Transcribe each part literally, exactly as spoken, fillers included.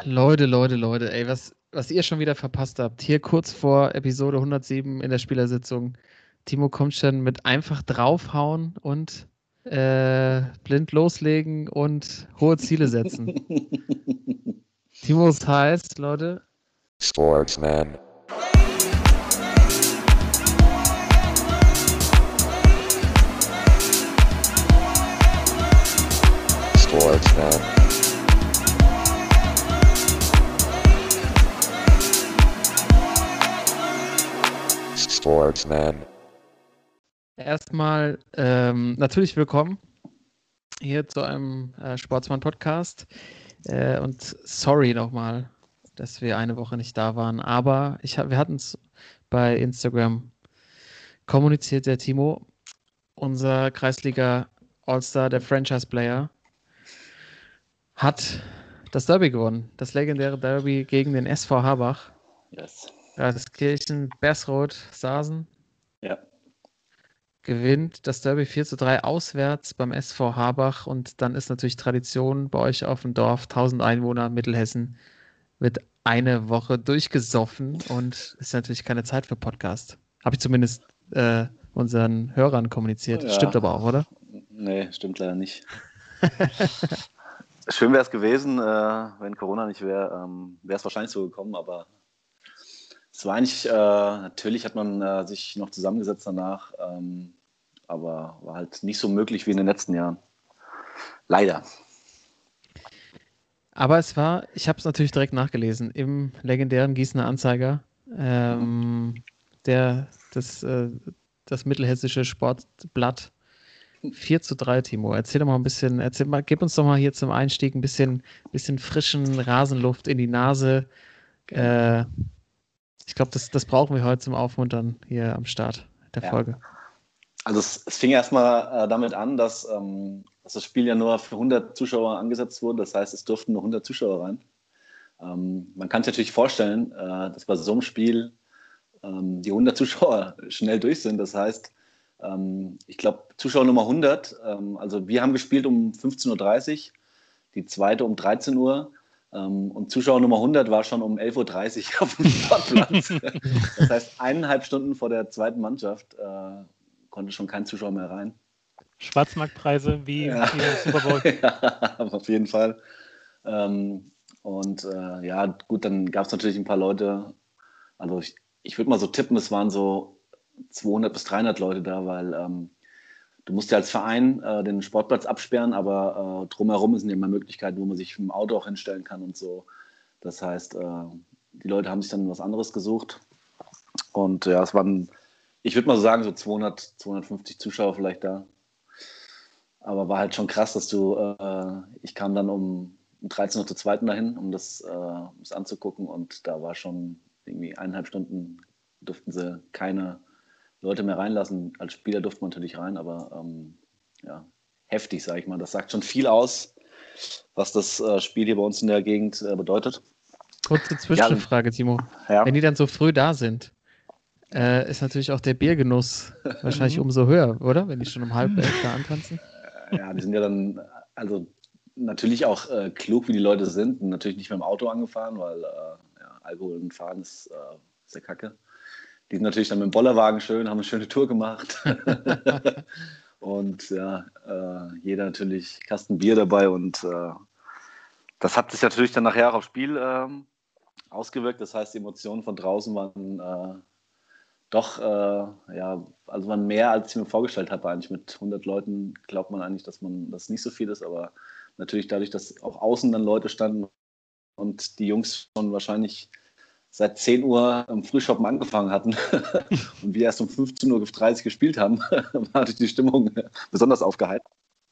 Leute, Leute, Leute, ey, was, was ihr schon wieder verpasst habt. Hier kurz vor Episode hundertsieben in der Spielersitzung. Timo kommt schon mit einfach draufhauen und äh, blind loslegen und hohe Ziele setzen. Timos heißt, Leute, Sportsman. Sportsman. Sportsman. erstmal ähm, natürlich willkommen hier zu einem äh, Sportsmann-Podcast. Äh, und sorry nochmal, dass wir eine Woche nicht da waren, aber ich hab, wir hatten es bei Instagram kommuniziert, der Timo, unser Kreisliga All-Star, der Franchise-Player, hat das Derby gewonnen. Das legendäre Derby gegen den S V Habach. Yes. Ratheskirchen, Bersroth, Sasen. Ja. Gewinnt das Derby vier zu drei auswärts beim S V Habach. Und dann ist natürlich Tradition bei euch auf dem Dorf, tausend Einwohner, Mittelhessen, wird eine Woche durchgesoffen und ist natürlich keine Zeit für Podcast. Habe ich zumindest äh, unseren Hörern kommuniziert. Ja. Stimmt aber auch, oder? Nee, stimmt leider nicht. Schön wäre es gewesen, äh, wenn Corona nicht wäre, ähm, wäre es wahrscheinlich so gekommen, aber es war eigentlich, äh, natürlich hat man äh, sich noch zusammengesetzt danach, ähm, aber war halt nicht so möglich wie in den letzten Jahren. Leider. Aber es war, ich habe es natürlich direkt nachgelesen, im legendären Gießener Anzeiger, ähm, mhm. der, das, äh, das mittelhessische Sportblatt, vier zu drei, Timo. Erzähl doch mal ein bisschen, erzähl mal, gib uns doch mal hier zum Einstieg ein bisschen, bisschen frischen Rasenluft in die Nase. Okay. Äh, ich glaube, das, das brauchen wir heute zum Aufmuntern hier am Start der ja. Folge. Also es, es fing erstmal äh, damit an, dass, ähm, dass das Spiel ja nur für hundert Zuschauer angesetzt wurde. Das heißt, es durften nur hundert Zuschauer rein. Ähm, man kann sich natürlich vorstellen, äh, dass bei so einem Spiel ähm, die hundert Zuschauer schnell durch sind. Das heißt, ähm, ich glaube, Zuschauer Nummer hundert, ähm, also wir haben gespielt um fünfzehn Uhr dreißig, die zweite um dreizehn Uhr. Um, und Zuschauer Nummer hundert war schon um elf Uhr dreißig auf dem Sportplatz. Das heißt, eineinhalb Stunden vor der zweiten Mannschaft äh, konnte schon kein Zuschauer mehr rein. Schwarzmarktpreise wie, ja. wie im Super Bowl. Ja, auf jeden Fall. Ähm, und äh, ja, gut, dann gab es natürlich ein paar Leute, also ich, ich würde mal so tippen, es waren so zweihundert bis dreihundert Leute da, weil ähm, du musst ja als Verein äh, den Sportplatz absperren, aber äh, drumherum sind ja immer Möglichkeiten, wo man sich im Auto auch hinstellen kann und so. Das heißt, äh, die Leute haben sich dann was anderes gesucht. Und ja, es waren, ich würde mal so sagen, so zweihundert, zweihundertfünfzig Zuschauer vielleicht da. Aber war halt schon krass, dass du, äh, ich kam dann um, um dreizehn Uhr zur zweiten dahin, um das, äh, um das anzugucken. Und da war schon irgendwie eineinhalb Stunden, durften sie keine Leute mehr reinlassen. Als Spieler durfte man natürlich rein, aber ähm, ja, heftig, sage ich mal. Das sagt schon viel aus, was das äh, Spiel hier bei uns in der Gegend äh, bedeutet. Kurze Zwischenfrage, ja, Timo. Ja. Wenn die dann so früh da sind, äh, ist natürlich auch der Biergenuss wahrscheinlich umso höher, oder? Wenn die schon um halb elf da antanzen. Ja, die sind ja dann, also natürlich auch äh, klug, wie die Leute sind. Und natürlich nicht mit dem Auto angefahren, weil äh, ja, Alkohol und Fahren ist, äh, ist ja Kacke. Die sind natürlich dann mit dem Bollerwagen schön, haben eine schöne Tour gemacht. Und ja, äh, jeder natürlich Kasten Bier dabei. Und äh, das hat sich natürlich dann nachher auch aufs Spiel äh, ausgewirkt. Das heißt, die Emotionen von draußen waren äh, doch, äh, ja, also waren mehr, als ich mir vorgestellt habe. Eigentlich mit hundert Leuten glaubt man eigentlich, dass man das nicht so viel ist. Aber natürlich dadurch, dass auch außen dann Leute standen und die Jungs schon wahrscheinlich seit zehn Uhr im Frühschoppen angefangen hatten und wir erst um fünfzehn Uhr dreißig gespielt haben, war natürlich die Stimmung besonders aufgeheizt.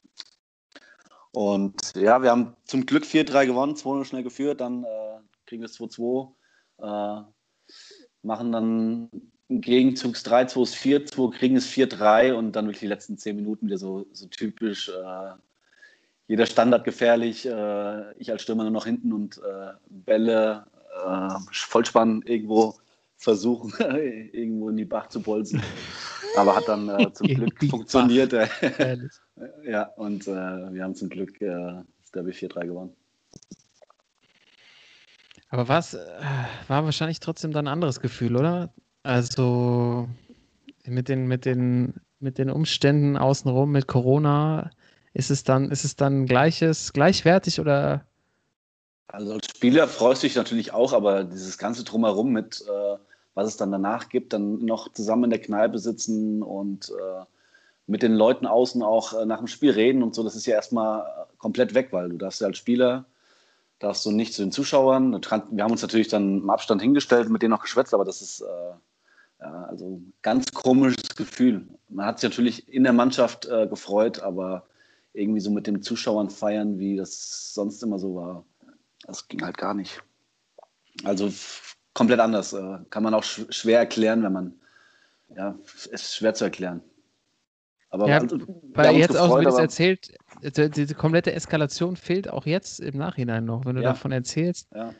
Und ja, wir haben zum Glück vier drei gewonnen, zwei null schnell geführt, dann äh, kriegen wir es zwei zwei, äh, machen dann einen Gegenzug drei zwei, vier zwei, kriegen es vier drei und dann wirklich die letzten zehn Minuten wieder so, so typisch, äh, jeder Standard gefährlich, äh, ich als Stürmer nur noch hinten und äh, Bälle, Äh, Vollspann irgendwo versuchen, irgendwo in die Bach zu bolzen. Aber hat dann äh, zum Glück funktioniert. Ja, und äh, wir haben zum Glück äh, das Derby vier drei gewonnen. Aber was äh, war wahrscheinlich trotzdem dann ein anderes Gefühl, oder? Also mit den, mit den, mit den Umständen außenrum, mit Corona, ist es dann, ist es dann gleiches, gleichwertig oder? Also als Spieler freust du dich natürlich auch, aber dieses ganze Drumherum mit, äh, was es dann danach gibt, dann noch zusammen in der Kneipe sitzen und äh, mit den Leuten außen auch äh, nach dem Spiel reden und so, das ist ja erstmal äh, komplett weg, weil du darfst ja als Spieler, darfst du nicht zu den Zuschauern. Wir haben uns natürlich dann im Abstand hingestellt und mit denen noch geschwätzt, aber das ist äh, ja, also ganz komisches Gefühl. Man hat sich natürlich in der Mannschaft äh, gefreut, aber irgendwie so mit den Zuschauern feiern, wie das sonst immer so war, das ging halt gar nicht. Also f- komplett anders. Äh, kann man auch sch- schwer erklären, wenn man, ja, ist schwer zu erklären. Aber Ja, also, wir weil haben uns jetzt auch, wie gefreut, du es aber erzählt, die, diese komplette Eskalation fehlt auch jetzt im Nachhinein noch, wenn du ja, davon erzählst. ja.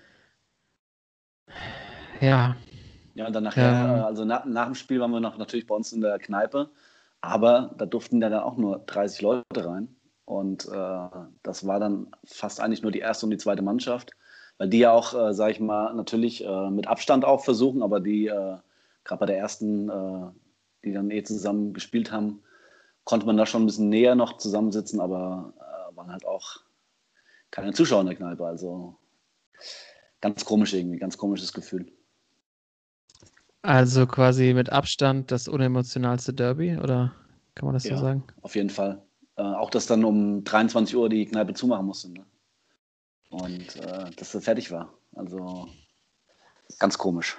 Ja, Ja, und dann nachher, äh, ähm, also nach, nach dem Spiel waren wir noch natürlich bei uns in der Kneipe, aber da durften ja dann auch nur dreißig Leute rein. Und äh, das war dann fast eigentlich nur die erste und die zweite Mannschaft, weil die ja auch, äh, sage ich mal, natürlich äh, mit Abstand auch versuchen, aber die, äh, gerade bei der ersten, äh, die dann eh zusammen gespielt haben, konnte man da schon ein bisschen näher noch zusammensitzen, aber äh, waren halt auch keine Zuschauer in der Kneipe. Also ganz komisch irgendwie, ganz komisches Gefühl. also quasi mit Abstand das unemotionalste Derby, oder kann man das so Ja, sagen? auf jeden Fall. Äh, auch, dass dann um dreiundzwanzig Uhr die Kneipe zumachen musste. Ne? Und äh, dass sie fertig war. Also ganz komisch.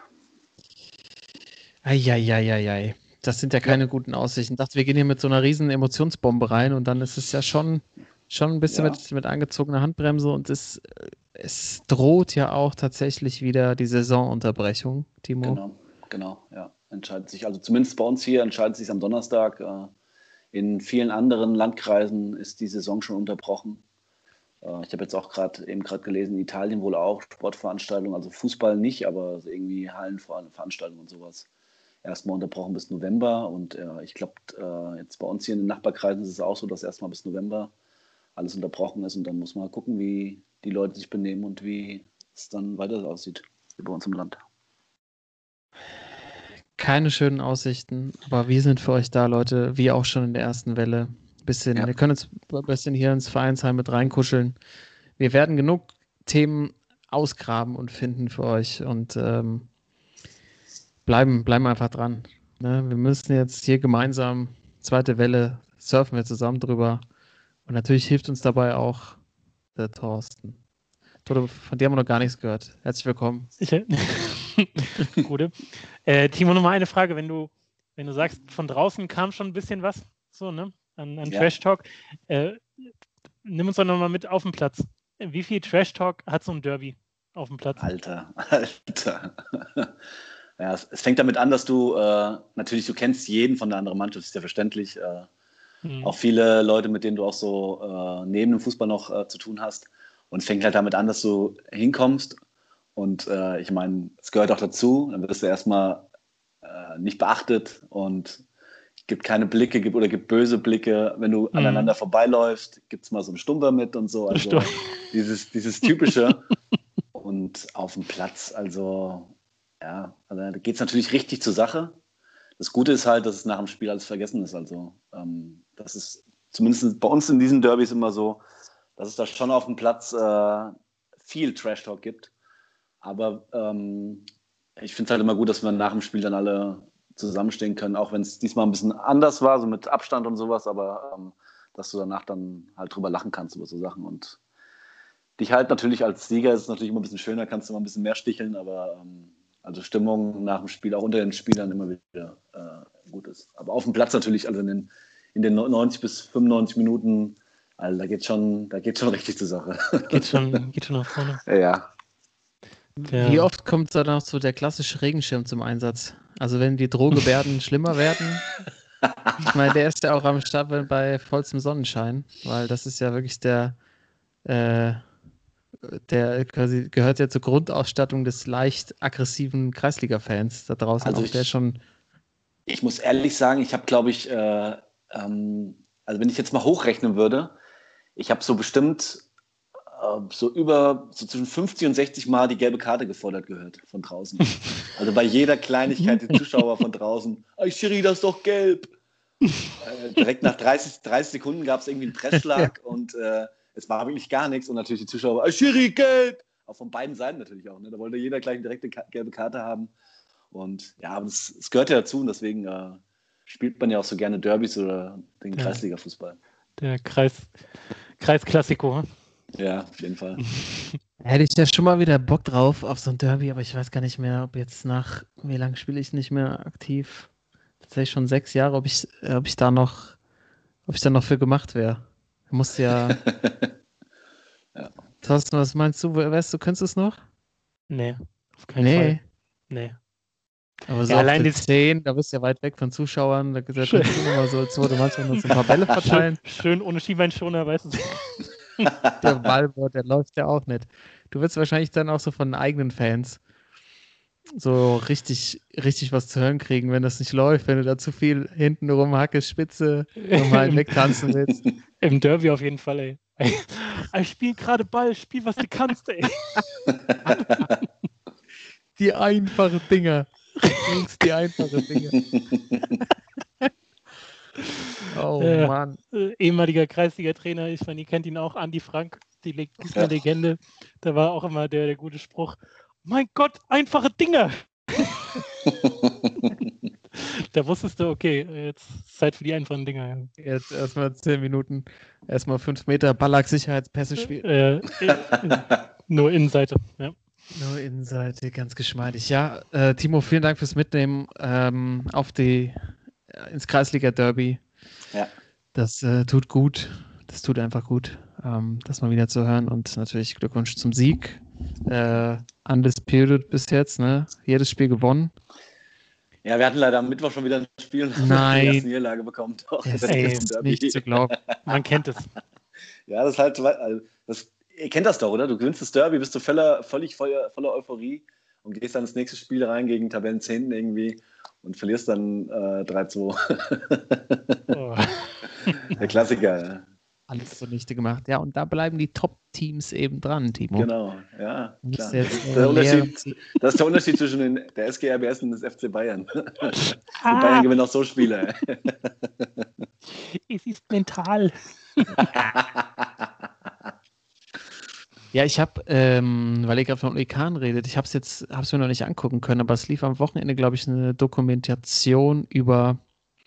Eieieiei. Das sind ja Ja, keine guten Aussichten. Ich dachte, wir gehen hier mit so einer riesen Emotionsbombe rein und dann ist es ja schon, schon ein bisschen ja, mit, mit angezogener Handbremse und es, es droht ja auch tatsächlich wieder die Saisonunterbrechung, Timo. genau, genau, ja. Entscheidet sich, also zumindest bei uns hier entscheidet sich am Donnerstag. Äh, in vielen anderen Landkreisen ist die Saison schon unterbrochen. Äh, ich habe jetzt auch gerade eben gerade gelesen, in Italien wohl auch Sportveranstaltungen, also Fußball nicht, aber so irgendwie Hallenveranstaltungen und sowas. Erstmal unterbrochen bis November und äh, ich glaube, äh, jetzt bei uns hier in den Nachbarkreisen ist es auch so, dass erstmal bis November alles unterbrochen ist und dann muss man gucken, wie die Leute sich benehmen und wie es dann weiter aussieht hier bei uns im Land. Keine schönen Aussichten, aber wir sind für euch da, Leute, wie auch schon in der ersten Welle. Bisschen, Ja, wir können uns ein bisschen hier ins Vereinsheim mit reinkuscheln. Wir werden genug Themen ausgraben und finden für euch und ähm, bleiben, bleiben einfach dran. Ne? Wir müssen jetzt hier gemeinsam, zweite Welle, surfen wir zusammen drüber. Und natürlich hilft uns dabei auch der Thorsten. Toto, von dir haben wir noch gar nichts gehört. Herzlich willkommen. Ich, Gute. Äh, Timo, nochmal eine Frage. Wenn du, wenn du sagst, von draußen kam schon ein bisschen was, so, ne, an, an ja, Trash Talk, äh, nimm uns doch nochmal mit auf den Platz. Wie viel Trash Talk hat so ein Derby auf dem Platz? Alter, Alter. Ja, es, es fängt damit an, dass du äh, natürlich, du kennst jeden von der anderen Mannschaft, ist ja verständlich. Äh, Hm. auch viele Leute, mit denen du auch so äh, neben dem Fußball noch äh, zu tun hast. Und es fängt halt damit an, dass du hinkommst. Und äh, ich meine, es gehört auch dazu. Dann wirst du erstmal äh, nicht beachtet und gibt keine Blicke gibt, oder gibt böse Blicke. Wenn du Hm. aneinander vorbeiläufst, gibt es mal so einen Stumper mit und so. Also Stimmt. dieses, dieses Typische. Und auf dem Platz, also ja, also da geht es natürlich richtig zur Sache. Das Gute ist halt, dass es nach dem Spiel alles vergessen ist. Also ähm, das ist zumindest bei uns in diesen Derbys immer so, dass es da schon auf dem Platz äh, viel Trash-Talk gibt. Aber ähm, ich finde es halt immer gut, dass wir nach dem Spiel dann alle zusammenstehen können, auch wenn es diesmal ein bisschen anders war, so mit Abstand und sowas, aber ähm, dass du danach dann halt drüber lachen kannst über so Sachen. Und dich halt natürlich als Sieger ist es natürlich immer ein bisschen schöner, kannst du immer ein bisschen mehr sticheln, aber ähm, also Stimmung nach dem Spiel, auch unter den Spielern immer wieder äh, gut ist. Aber auf dem Platz natürlich, also in den, in den neunzig bis fünfundneunzig Minuten, also da geht schon, da geht schon richtig zur Sache. Geht schon, geht schon nach vorne. Ja. Der, Wie oft kommt da noch so der klassische Regenschirm zum Einsatz? Also wenn die Drohgebärden schlimmer werden, ich meine, der ist ja auch am Start bei- bei vollstem Sonnenschein, weil das ist ja wirklich der, äh, der quasi gehört ja zur Grundausstattung des leicht aggressiven Kreisliga-Fans da draußen Also auch, der ich, schon, ich muss ehrlich sagen, ich habe, glaube ich, äh, ähm, also wenn ich jetzt mal hochrechnen würde, ich habe so bestimmt äh, so über so zwischen fünfzig und sechzig Mal die gelbe Karte gefordert gehört von draußen. Also bei jeder Kleinigkeit die Zuschauer von draußen, ey Schiri, das ist doch gelb. Äh, direkt nach dreißig, dreißig Sekunden gab es irgendwie einen Pressschlag und äh, es war wirklich gar nichts und natürlich die Zuschauer, ey Schiri, gelb! Auch von beiden Seiten natürlich auch. Ne? Da wollte jeder gleich eine direkte Ka- gelbe Karte haben. Und ja, aber das, das gehört ja dazu und deswegen äh, spielt man ja auch so gerne Derbys oder den Ja. Kreisliga-Fußball. Der Kreis, Kreisklassiko. hm? Ja, auf jeden Fall. Hätte ich ja schon mal wieder Bock drauf auf so ein Derby, aber ich weiß gar nicht mehr, ob jetzt nach, wie lange spiele ich nicht mehr aktiv? Tatsächlich schon sechs Jahre, ob ich, äh, ob ich da noch, ob ich da noch für gemacht wäre. Du musst ja. Ja. Thorsten, was meinst du? Weißt du, könntest du es noch? Nee, auf keinen Nee. Fall. Nee. Aber so Ja, auf allein die das- zehn, da bist du ja weit weg von Zuschauern, da, da Schön. kannst du nochmal so, als würde manchmal noch so ein paar Bälle verteilen. Schön, schön ohne Schienbeinschoner, weißt du. Der Ball, der läuft ja auch nicht. Du wirst wahrscheinlich dann auch so von den eigenen Fans so richtig, richtig was zu hören kriegen, wenn das nicht läuft, wenn du da zu viel hinten rum Hacke, Spitze nochmal Im, wegtanzen willst. Im Derby auf jeden Fall, ey. Ey, ich spiel gerade Ball, spiel, was du kannst, ey. Die einfachen Dinger. Jungs, die einfachen Dinger. Oh Ja. Mann. Äh, ehemaliger Kreisliga-Trainer, ich meine, ihr kennt ihn auch, Andi Frank, die Le ist eine Ja. Legende. Da war auch immer der, der gute Spruch, mein Gott, einfache Dinger. Da wusstest du, okay, jetzt ist Zeit für die einfachen Dinger. Jetzt erstmal zehn Minuten, erstmal fünf Meter Ballack-Sicherheitspässe spielen. Äh, äh, nur Innenseite, ja. Nur Innenseite, ganz geschmeidig. Ja, äh, Timo, vielen Dank fürs Mitnehmen ähm, auf die, äh, ins Kreisliga-Derby. Ja. Das äh, tut gut. Das tut einfach gut, ähm, das mal wieder zu hören. Und natürlich Glückwunsch zum Sieg. Äh, undisputed bis jetzt, ne? Jedes Spiel gewonnen. Ja, wir hatten leider am Mittwoch schon wieder ein Spiel und haben Nein. die erste Niederlage bekommen. Doch, Es das ey, ist ein ist Derby. nicht zu glauben. Man kennt es. Ja, das ist halt, also das, ihr kennt das doch, oder? Du gewinnst das Derby, bist du voller, völlig voller, voller Euphorie und gehst dann ins nächste Spiel rein gegen Tabellenzehnten irgendwie und verlierst dann äh, drei zwei. Oh. Der Klassiker, ja. Alles zunichte gemacht. Ja, und da bleiben die Top-Teams eben dran, Timo. Genau, ja, Nicht klar. jetzt, Das ist äh, der Unterschied, leeren- das ist der Unterschied zwischen den, der S G R B S und des F C Bayern. Die Ah, Bayern gewinnen auch so Spiele. es ist mental. Ja, ich habe, ähm, weil ihr gerade von Orkan redet, ich habe es jetzt, habe es mir noch nicht angucken können, aber es lief am Wochenende, glaube ich, eine Dokumentation über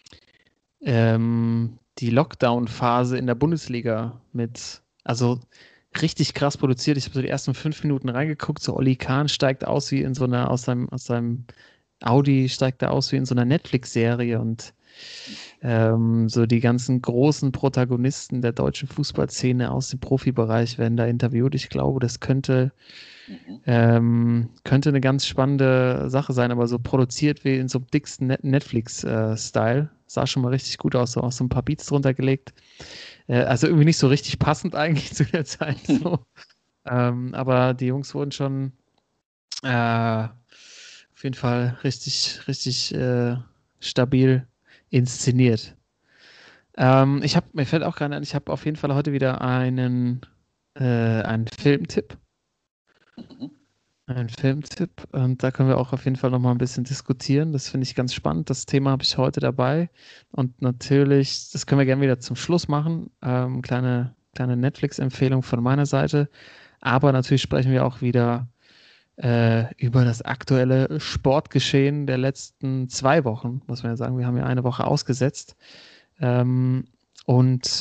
ähm, die Lockdown-Phase in der Bundesliga mit, also richtig krass produziert. Ich habe so die ersten fünf Minuten reingeguckt, so Oli Kahn steigt aus wie in so einer, aus seinem, aus seinem Audi steigt er aus wie in so einer Netflix-Serie und ähm, so die ganzen großen Protagonisten der deutschen Fußballszene aus dem Profibereich werden da interviewt. Ich glaube, das könnte, Mhm. ähm, könnte eine ganz spannende Sache sein, aber so produziert wie in so einem dicksten Net Netflix-Style. Sah schon mal richtig gut aus, so auch so ein paar Beats drunter gelegt. Äh, also irgendwie nicht so richtig passend eigentlich zu der Zeit. So. ähm, aber die Jungs wurden schon äh, auf jeden Fall richtig, richtig äh, stabil inszeniert. Ähm, ich habe, mir fällt auch gerade ein, ich habe auf jeden Fall heute wieder einen, äh, einen Filmtipp. Mhm. Ein Filmtipp. Und da können wir auch auf jeden Fall nochmal ein bisschen diskutieren. Das finde ich ganz spannend. Das Thema habe ich heute dabei. Und natürlich, das können wir gerne wieder zum Schluss machen. Ähm, kleine, kleine Netflix-Empfehlung von meiner Seite. Aber natürlich sprechen wir auch wieder äh, über das aktuelle Sportgeschehen der letzten zwei Wochen, muss man ja sagen. Wir haben ja eine Woche ausgesetzt. Ähm, und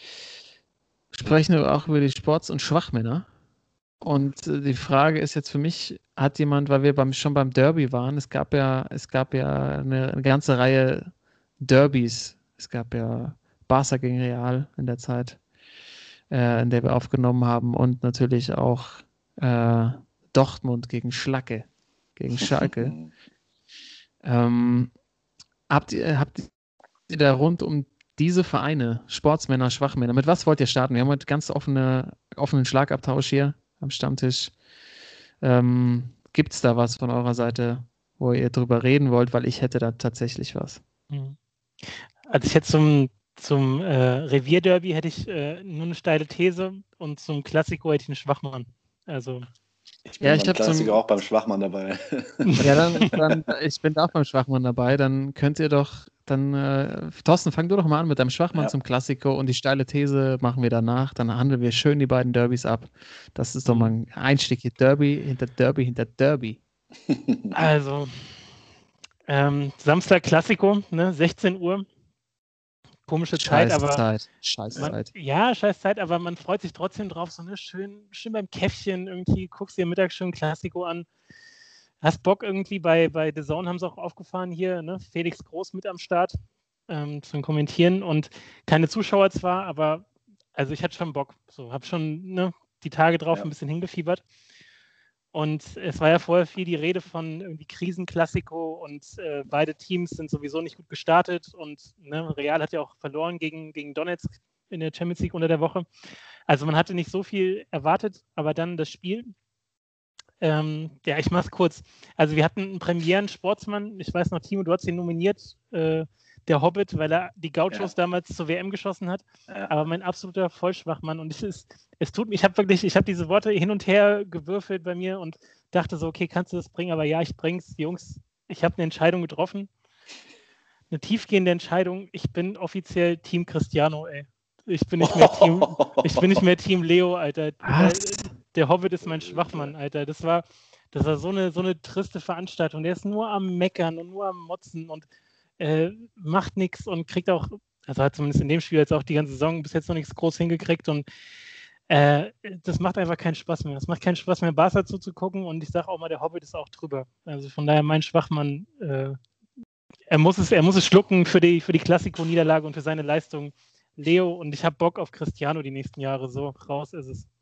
sprechen wir auch über die Sports- und Schwachmänner. Und äh, die Frage ist jetzt für mich, hat jemand, weil wir beim, schon beim Derby waren, es gab ja, es gab ja eine, eine ganze Reihe Derbys. Es gab ja Barca gegen Real in der Zeit, äh, in der wir aufgenommen haben und natürlich auch äh, Dortmund gegen Schlacke, gegen Schalke. ähm, habt ihr, habt ihr da rund um diese Vereine, Sportsmänner, Schwachmänner, mit was wollt ihr starten? Wir haben heute ganz offene, offenen Schlagabtausch hier am Stammtisch. Ähm, Gibt es da was von eurer Seite, wo ihr drüber reden wollt? Weil ich hätte da tatsächlich was. Mhm. Also ich hätte zum, zum äh, Revierderby hätte ich äh, nur eine steile These und zum Klassiko hätte ich einen Schwachmann. Also Ich bin Ja, ich beim glaub, zum- Klassiker auch beim Schwachmann dabei. Ja, dann, dann, ich bin auch beim Schwachmann dabei. Dann könnt ihr doch, dann, äh, Thorsten, fang du doch mal an mit deinem Schwachmann Ja. zum Klassiko und die steile These machen wir danach. Dann handeln wir schön die beiden Derbys ab. Das ist doch mal ein Einstieg hier. Derby hinter Derby hinter Derby. Also, ähm, Samstag Klassiko, ne, sechzehn Uhr. Komische Zeit, Scheiß aber Zeit. Scheiß man, Zeit. ja, scheiß Zeit, aber man freut sich trotzdem drauf, so ne, schön, schön beim Käffchen irgendwie, guckst dir mittags schön Klassiko an. Hast Bock irgendwie, bei, bei The Zone haben sie auch aufgefahren hier, ne, Felix Groß mit am Start ähm, zum Kommentieren und keine Zuschauer zwar, aber also ich hatte schon Bock, so, hab schon ne, die Tage drauf Ja. ein bisschen hingefiebert. Und es war ja vorher viel die Rede von irgendwie Krisenklassiko und äh, beide Teams sind sowieso nicht gut gestartet und ne, Real hat ja auch verloren gegen, gegen Donetsk in der Champions League unter der Woche. Also man hatte nicht so viel erwartet, aber dann das Spiel. Ähm, ja, ich mach's kurz. Also wir hatten einen Premieren-Sportsmann, ich weiß noch, Timo, du hast ihn nominiert, äh, der Hobbit, weil er die Gauchos Ja. damals zur W M geschossen hat. Ja. Aber mein absoluter Vollschwachmann. Und es ist, es tut mir, ich habe wirklich, ich habe diese Worte hin und her gewürfelt bei mir und dachte so, okay, kannst du das bringen? Aber ja, ich bring's, Jungs. Ich habe eine Entscheidung getroffen. Eine tiefgehende Entscheidung. Ich bin offiziell Team Cristiano, ey. Ich bin nicht mehr Team, ich bin nicht mehr Team Leo, Alter. Was? Der Hobbit ist mein Schwachmann, Alter. Das war, das war so eine, so eine triste Veranstaltung. Der ist nur am Meckern und nur am Motzen und äh, macht nichts und kriegt auch, also hat zumindest in dem Spiel jetzt auch die ganze Saison bis jetzt noch nichts groß hingekriegt und äh, das macht einfach keinen Spaß mehr. Es macht keinen Spaß mehr, Barca zuzugucken und ich sage auch mal, der Hobbit ist auch drüber. Also von daher mein Schwachmann, äh, er muss es, er muss es schlucken für die, für die Klassiko-Niederlage und für seine Leistung. Leo und ich habe Bock auf Cristiano die nächsten Jahre. So, raus ist es.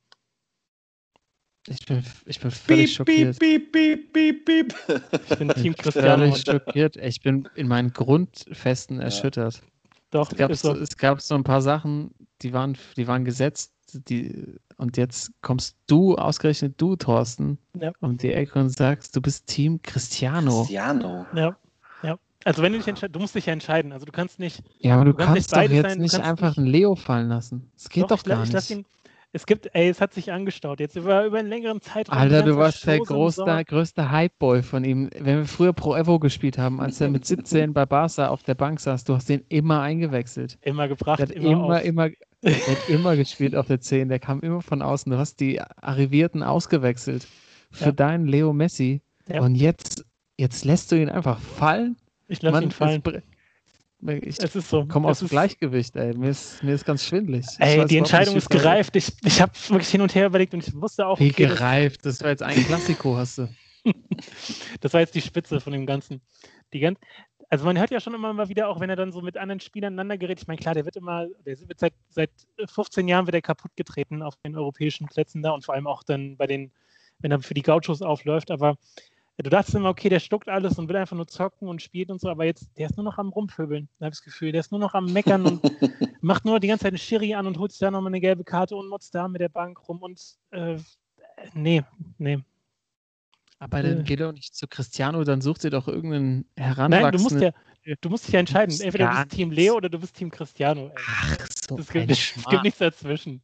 Ich bin, ich bin völlig schockiert. piep, piep, piep, piep. Ich bin Team Cristiano. Völlig Und, schockiert. Ich bin in meinen Grundfesten Ja. erschüttert. doch, Es gab, ist so, so. es gab so ein paar Sachen, die waren, die waren gesetzt, die, und jetzt kommst du, ausgerechnet du, Thorsten, Ja. um die Ecke und sagst, du bist Team Cristiano. Cristiano. Ja, ja. Also wenn du dich entscheidest, du musst dich ja entscheiden. Also du kannst nicht. Ja, aber du, Du kannst nicht kannst doch beides jetzt sein, du nicht kannst einfach nicht- einen Leo fallen lassen. Das geht doch, ich, la- gar ich lass nicht. ihn. Es gibt, ey, es hat sich angestaut. Jetzt über, über einen längeren Zeitraum. Alter, die du ganze warst der Shows im größte, Sommer. größte Hype-Boy von ihm. Wenn wir früher Pro Evo gespielt haben, als er mit siebzehn bei Barca auf der Bank saß, du hast den immer eingewechselt. Immer gebracht, Der hat immer, immer, auf. immer, der hat immer gespielt auf der zehn. Der kam immer von außen. Du hast die Arrivierten ausgewechselt für Ja. deinen Leo Messi. Ja. Und jetzt, jetzt lässt du ihn einfach fallen. Ich lasse ihn fallen. es bre- ich Es ist so. komme Es aus dem ist- Gleichgewicht, ey. Mir ist, mir ist ganz schwindelig. Ich Ey, weiß die überhaupt Entscheidung nicht, ist wie es war. gereift. Ich, ich habe wirklich hin und her überlegt und ich wusste auch, Wie okay, das, gereift. Das war jetzt ein Klassiko, hast du. das war jetzt die Spitze von dem Ganzen. Die ganz, also man hört ja schon immer mal wieder, auch wenn er dann so mit anderen Spielern aneinander gerät. Ich meine, klar, der wird immer, der wird seit, seit fünfzehn Jahren wieder kaputt getreten auf den europäischen Plätzen da und vor allem auch dann bei den, wenn er für die Gauchos aufläuft. Aber du dachtest immer, okay, der stuckt alles und will einfach nur zocken und spielt und so, aber jetzt, der ist nur noch am Rumpöbeln, da habe ich das Gefühl. Der ist nur noch am Meckern und macht nur die ganze Zeit einen Schiri an und holt sich da nochmal eine gelbe Karte und motzt da mit der Bank rum und äh, nee, nee. Aber dann Äh. geh doch nicht zu Cristiano, dann such dir doch irgendeinen heranwachsenden... Nein, du musst ja, du musst dich ja entscheiden. musst Entweder du gar bist Team nichts. Leo oder du bist Team Cristiano. Ey. Ach so, Es ein gibt, es Schmarrn. gibt nichts dazwischen.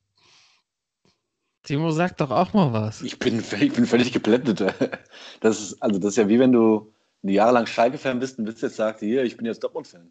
Timo, sag doch auch mal was. Ich bin, ich bin völlig geblendet. Das ist, also das ist ja wie wenn du jahrelang Schalke-Fan bist und bist jetzt sagst, hier, ich bin jetzt Dortmund-Fan.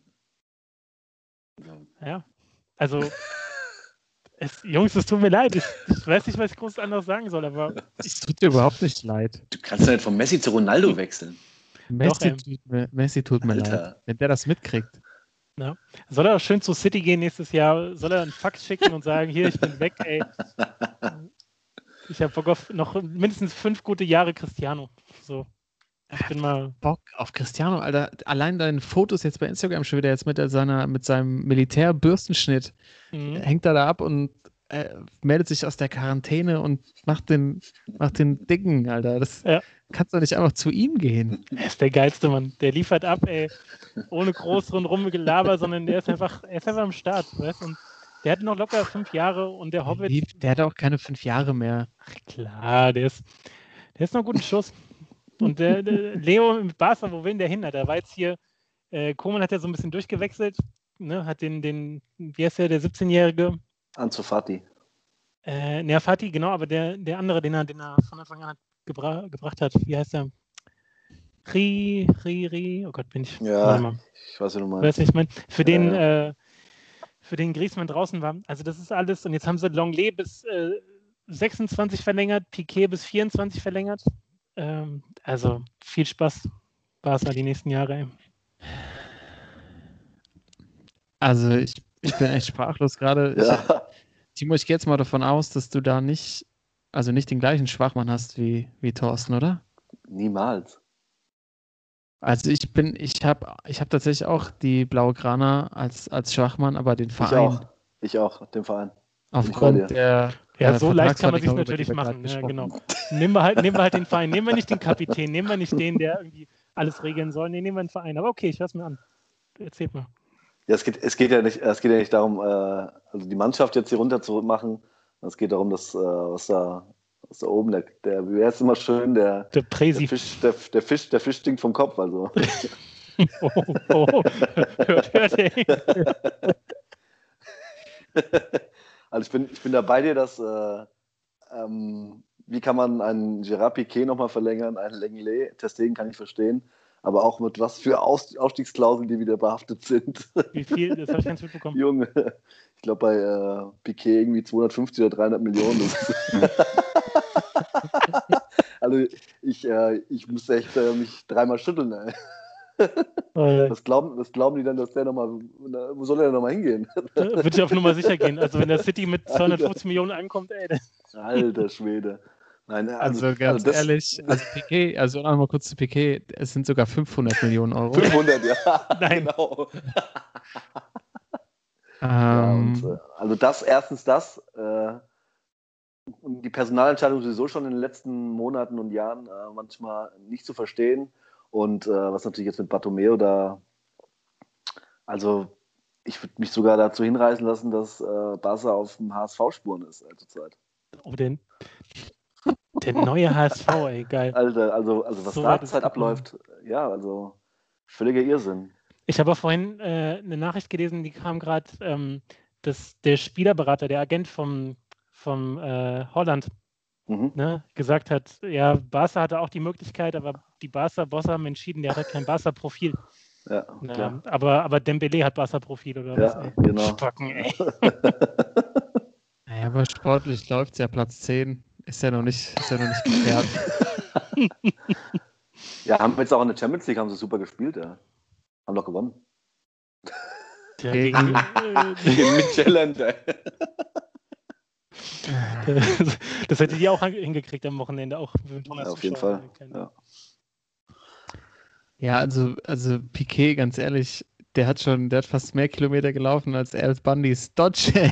Ja. Also, es, Jungs, es tut mir leid. Ich, ich weiß nicht, was ich groß anderes sagen soll, aber Es tut dir überhaupt nicht leid. Du kannst ja nicht von Messi zu Ronaldo wechseln. Messi, ähm. tut, mir, Messi tut mir Alter. leid. Wenn der das mitkriegt. soll er auch schön zu City gehen nächstes Jahr? Soll er einen Fax schicken und sagen, hier, ich bin weg, ey. Ich habe Bock auf noch mindestens fünf gute Jahre Cristiano. So. Ich bin mal. Bock auf Cristiano, Alter. Allein deine Fotos jetzt bei Instagram schon wieder jetzt mit, seiner, mit seinem Militärbürstenschnitt. Mhm. Hängt er da ab und äh, meldet sich aus der Quarantäne und macht den, macht den Dicken, Alter. Das Ja. kannst du nicht einfach zu ihm gehen. Er ist der geilste Mann. Der liefert ab, ey. Ohne groß rundrum Gelaber, sondern der ist einfach, er ist einfach am Start. Weißt? Und der hat noch locker fünf Jahre und der Hobbit. Lieb, der hat auch keine fünf Jahre mehr. Klar, der ist, der ist noch guten Schuss. Und der, der Leo mit Barca, wo will denn der hin? Der war jetzt hier, äh, Koeman hat ja so ein bisschen durchgewechselt. ne, hat den, den, wie heißt der, der siebzehnjährige? Ansu Fati. Äh, ne, Fati, genau, aber der, der andere, den er, den er von Anfang an gebra- gebracht hat, wie heißt der? Ri, Ri, Ri, oh Gott, bin ich. Ja, Warte mal. ich weiß, wie du Weißt meinst. du, ich meine, für Ja, den, ja. äh, für den Griezmann draußen war. Also das ist alles. Und jetzt haben sie Lenglet bis äh, sechsundzwanzig verlängert, Piqué bis vierundzwanzig verlängert. Ähm, also viel Spaß, Barca die nächsten Jahre. Ey. Also ich, ich bin echt sprachlos gerade. Ich- Ja, Timo, ich gehe jetzt mal davon aus, dass du da nicht, also nicht den gleichen Schwachmann hast wie, wie Thorsten, oder? niemals. Also ich bin, ich habe ich hab tatsächlich auch die Blaugrana als, als Schwachmann, aber den Ich Verein auch. Ich auch, dem Verein. bei dir. aufgrund der Ja, äh, so leicht kann man sich Vertragsverlängerung, über natürlich die wir gerade machen. Ja, gesprochen genau. Nehmen wir, halt, nehmen wir halt den Verein. Nehmen wir nicht den Kapitän. Nehmen wir nicht den, der irgendwie alles regeln soll. Nee, nehmen wir den Verein. Aber okay, ich höre es mir an. Erzählt mal. Ja, es geht, es geht ja nicht, es geht ja nicht darum, äh, also die Mannschaft jetzt hier runter zu machen. Es geht darum, dass äh, was da, was da oben, der, der wie heißt immer schön, der, Der der Präsi. Fisch, der, der Fisch, der Fisch stinkt vom Kopf. Also. Oh, oh. Hört, hört, ey. Also ich bin, ich bin da bei dir, dass äh, ähm, wie kann man einen Gerard Piqué nochmal verlängern, einen Lenglet, Ter Stegen kann ich verstehen, aber auch mit was für Aus, Ausstiegsklauseln, die wieder behaftet sind. Wie viel? Das habe ich ganz mitbekommen. Junge, ich glaube bei äh, Piqué irgendwie zweihundertfünfzig oder dreihundert Millionen. Das ist also ich, äh, ich muss echt äh, mich dreimal schütteln. Ey. Äh, Was glauben, was glauben die denn, dass der nochmal, wo soll der denn nochmal hingehen? Würde ich auf Nummer sicher gehen. Also wenn der City mit zweihundertfünfzig Millionen ankommt, ey. Das, Alter Schwede. Nein, Also also, ganz also das, ehrlich, also Piqué, also noch mal kurz zu Piqué, es sind sogar fünfhundert Millionen Euro. fünfhundert, ja. Nein. Genau. Ja, und, Ähm, äh, also das, erstens das, äh, und die Personalentscheidung sowieso schon in den letzten Monaten und Jahren äh, manchmal nicht zu verstehen. Und äh, was natürlich jetzt mit Bartomeu da, also ich würde mich sogar dazu hinreißen lassen, dass äh, Barca auf dem H S V-Spuren ist äh, zurzeit. oh, den, der neue H S V, ey, geil. Alter, also, also was So da weit ist zurzeit es gekommen. abläuft, ja, also völliger Irrsinn. Ich habe auch vorhin äh, eine Nachricht gelesen, die kam gerade, ähm, dass der Spielerberater, der Agent vom, vom äh, Holland, Mhm. ne, gesagt hat, ja, Barca hatte auch die Möglichkeit, aber die Barca-Bosse haben entschieden, der hat halt kein Barca-Profil. Ja, Ja, klar. aber, aber Dembele hat Barca-Profil oder Ja, was, ey? genau. Spacken, ey. naja, aber sportlich läuft es ja Platz zehn, ist ja noch nicht, ist ja noch nicht geklärt. Ja, haben jetzt auch in der Champions League haben sie super gespielt, ja. Haben doch gewonnen. Der Gegen- gegen, äh, Gegen Midtjylland, ey. das, das hätte die auch hingekriegt am Wochenende, auch mit hundert Ja, auf jeden Zuschauern, Fall. keine- Ja. Ja, also, also Piqué, ganz ehrlich, der hat schon, der hat fast mehr Kilometer gelaufen als Al Bundys Dodge. ey.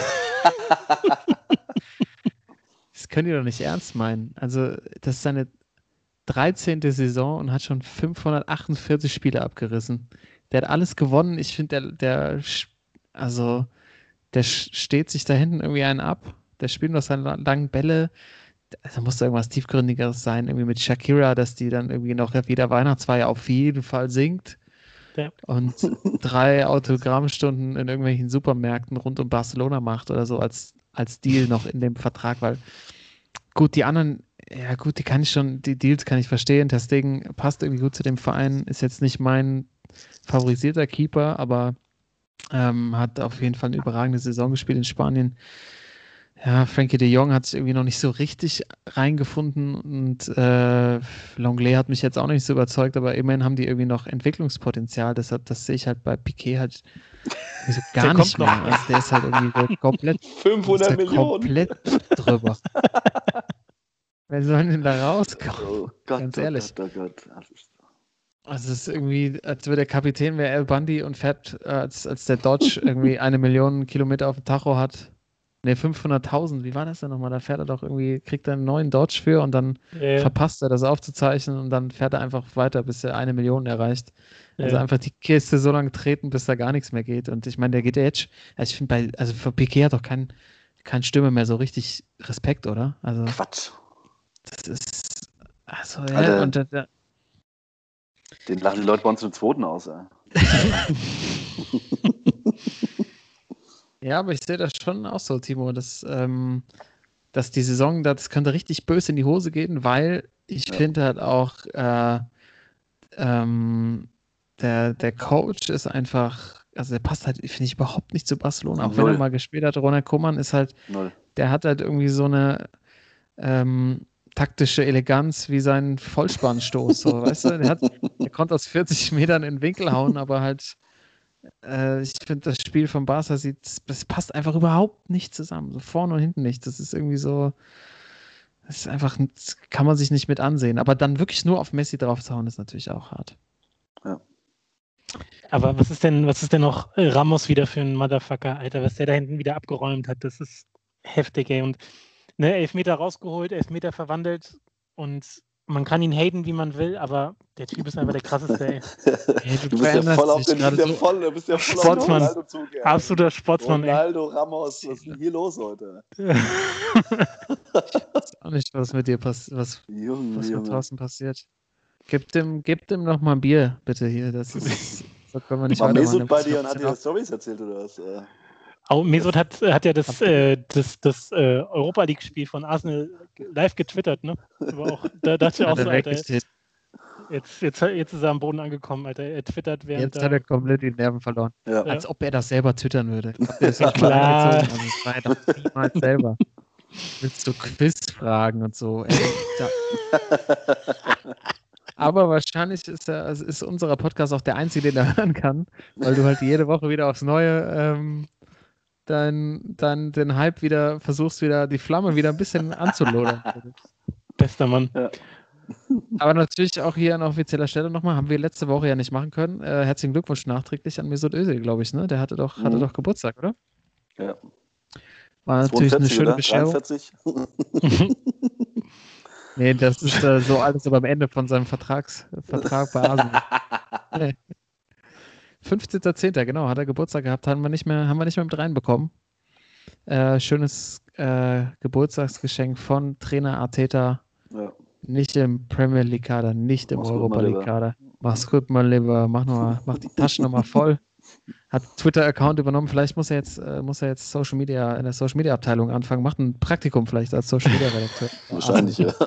Das könnt ihr doch nicht ernst meinen. Also, das ist seine dreizehnte Saison und hat schon fünfhundertachtundvierzig Spiele abgerissen. Der hat alles gewonnen. Ich finde, der, der, sch- also, der sch- steht sich da hinten irgendwie einen ab. Der spielt noch seine langen Bälle. Da muss da irgendwas Tiefgründigeres sein, irgendwie mit Shakira, dass die dann irgendwie noch jeder Weihnachtsfeier auf jeden Fall singt. Ja. Und drei Autogrammstunden in irgendwelchen Supermärkten rund um Barcelona macht oder so als, als Deal noch in dem Vertrag, weil gut, die anderen, ja gut, die kann ich schon, die Deals kann ich verstehen. Ter Stegen passt irgendwie gut zu dem Verein, ist jetzt nicht mein favorisierter Keeper, aber ähm, hat auf jeden Fall eine überragende Saison gespielt in Spanien. Ja, Frankie de Jong hat sich irgendwie noch nicht so richtig reingefunden und äh, Lenglet hat mich jetzt auch nicht so überzeugt, aber immerhin haben die irgendwie noch Entwicklungspotenzial. Deshalb, das sehe ich halt bei Piqué halt so gar Der nicht kommt mehr. noch. Also der ist halt irgendwie so komplett, fünfhundert ist ja Millionen. komplett drüber. Wer soll denn da rauskommen? Oh Gott, Ganz oh ehrlich. Gott, oh Gott. Das ist- Also es ist irgendwie, als würde der Kapitän wäre Al Bundy und fährt, äh, als, als der Dodge irgendwie eine Million Kilometer auf dem Tacho hat. Ne, fünfhunderttausend, wie war das denn nochmal? Da fährt er doch irgendwie, kriegt er einen neuen Dodge für und dann Äh, verpasst er das aufzuzeichnen und dann fährt er einfach weiter, bis er eine Million erreicht. Also äh, einfach die Kiste so lange treten, bis da gar nichts mehr geht. Und ich meine, der geht ja jetzt, also ich finde bei, also für Piqué hat doch kein, kein Stimme mehr so richtig Respekt, oder? Also Quatsch. das ist, also ja, Alter. und da, da, Den lachen die Leute bei uns zum Zweiten aus, ey. Ja, aber ich sehe das schon auch so, Timo, dass, ähm, dass die Saison, das könnte richtig böse in die Hose gehen, weil ich Ja. finde halt auch, äh, ähm, der, der Coach ist einfach, also der passt halt, finde ich, überhaupt nicht zu Barcelona, auch wenn er Null. mal gespielt hat. Ronald Koeman ist halt, Null. der hat halt irgendwie so eine ähm, taktische Eleganz wie sein Vollspannstoß, so, weißt du? Der hat, der konnte aus vierzig Metern in den Winkel hauen, aber halt, äh, ich finde, das Spiel von Barca sieht, das passt einfach überhaupt nicht zusammen, so vorne und hinten nicht. Das ist irgendwie so, das ist einfach, das kann man sich nicht mit ansehen. Aber dann wirklich nur auf Messi draufzuhauen, ist natürlich auch hart. Ja. Aber was ist denn, was ist denn noch Ramos wieder für ein Motherfucker, Alter, was der da hinten wieder abgeräumt hat, das ist heftig, ey. Und ne, Elfmeter rausgeholt, Elfmeter verwandelt und man kann ihn haten, wie man will, aber der Typ ist einfach der krasseste, ey. Hey, du Du bist ja veränderst voll auf dich den, du gerade bist ja so. voll, du bist ja voll auf Sportsmann. Ronaldo zugegangen. Absoluter Sportsmann, ey. Ronaldo, Ramos, was ist denn hier los heute? Ich weiß auch nicht, was mit dir passiert, was, Junge, was mit Junge. draußen passiert. Gib dem, gib dem noch mal ein Bier, bitte hier. Das ist, so können wir nicht War weitermachen. Mesut bei Der dir muss und noch hat ein dir bisschen Storys erzählt oder was? Äh, Auch Mesut hat, hat ja das, äh, das, das äh, Europa League-Spiel von Arsenal live getwittert, ne? Aber auch, da dachte ich auf- auch hat so, er Alter, wirklich, jetzt, jetzt, jetzt ist er am Boden angekommen, Alter. Er twittert während jetzt hat er da. komplett die Nerven verloren. ja. Ja. Als ob er das selber twittern würde. Habt ihr das Ja, nicht mal klar. angezogen? Also, das war er doch niemals selber. Willst du Quizfragen und so. Ey, da. Aber wahrscheinlich ist, er, also ist unser Podcast auch der einzige, den er hören kann, weil du halt jede Woche wieder aufs Neue ähm, dann, dann den Hype wieder versuchst, wieder die Flamme wieder ein bisschen anzulodern. Bester Mann. Ja. Aber natürlich auch hier an offizieller Stelle nochmal, haben wir letzte Woche ja nicht machen können. Äh, herzlichen Glückwunsch nachträglich an Mesut Özil, glaube ich, ne? Der hatte doch, hatte Mhm. doch Geburtstag, oder? Ja. War natürlich eine zweiundvierzig, schöne oder? Bescherung. dreiundvierzig? Nee, das ist äh, so alles aber am Ende von seinem Vertrags, Vertrag bei Arsenal. Nee. fünfzehnter zehnter genau, hat er Geburtstag gehabt, haben wir nicht mehr, haben wir nicht mehr mit reinbekommen. Äh, schönes äh, Geburtstagsgeschenk von Trainer Arteta. Ja. Nicht im Premier League Kader, nicht im Mach's gut, Europa mein League Lieber. Kader. Mach's gut, mein Lieber. Mach, noch mal, mach die Taschen nochmal voll. Hat Twitter-Account übernommen. Vielleicht muss er jetzt, äh, muss er jetzt Social Media in der Social Media Abteilung anfangen. Macht ein Praktikum vielleicht als Social Media Redakteur. Wahrscheinlich, ja.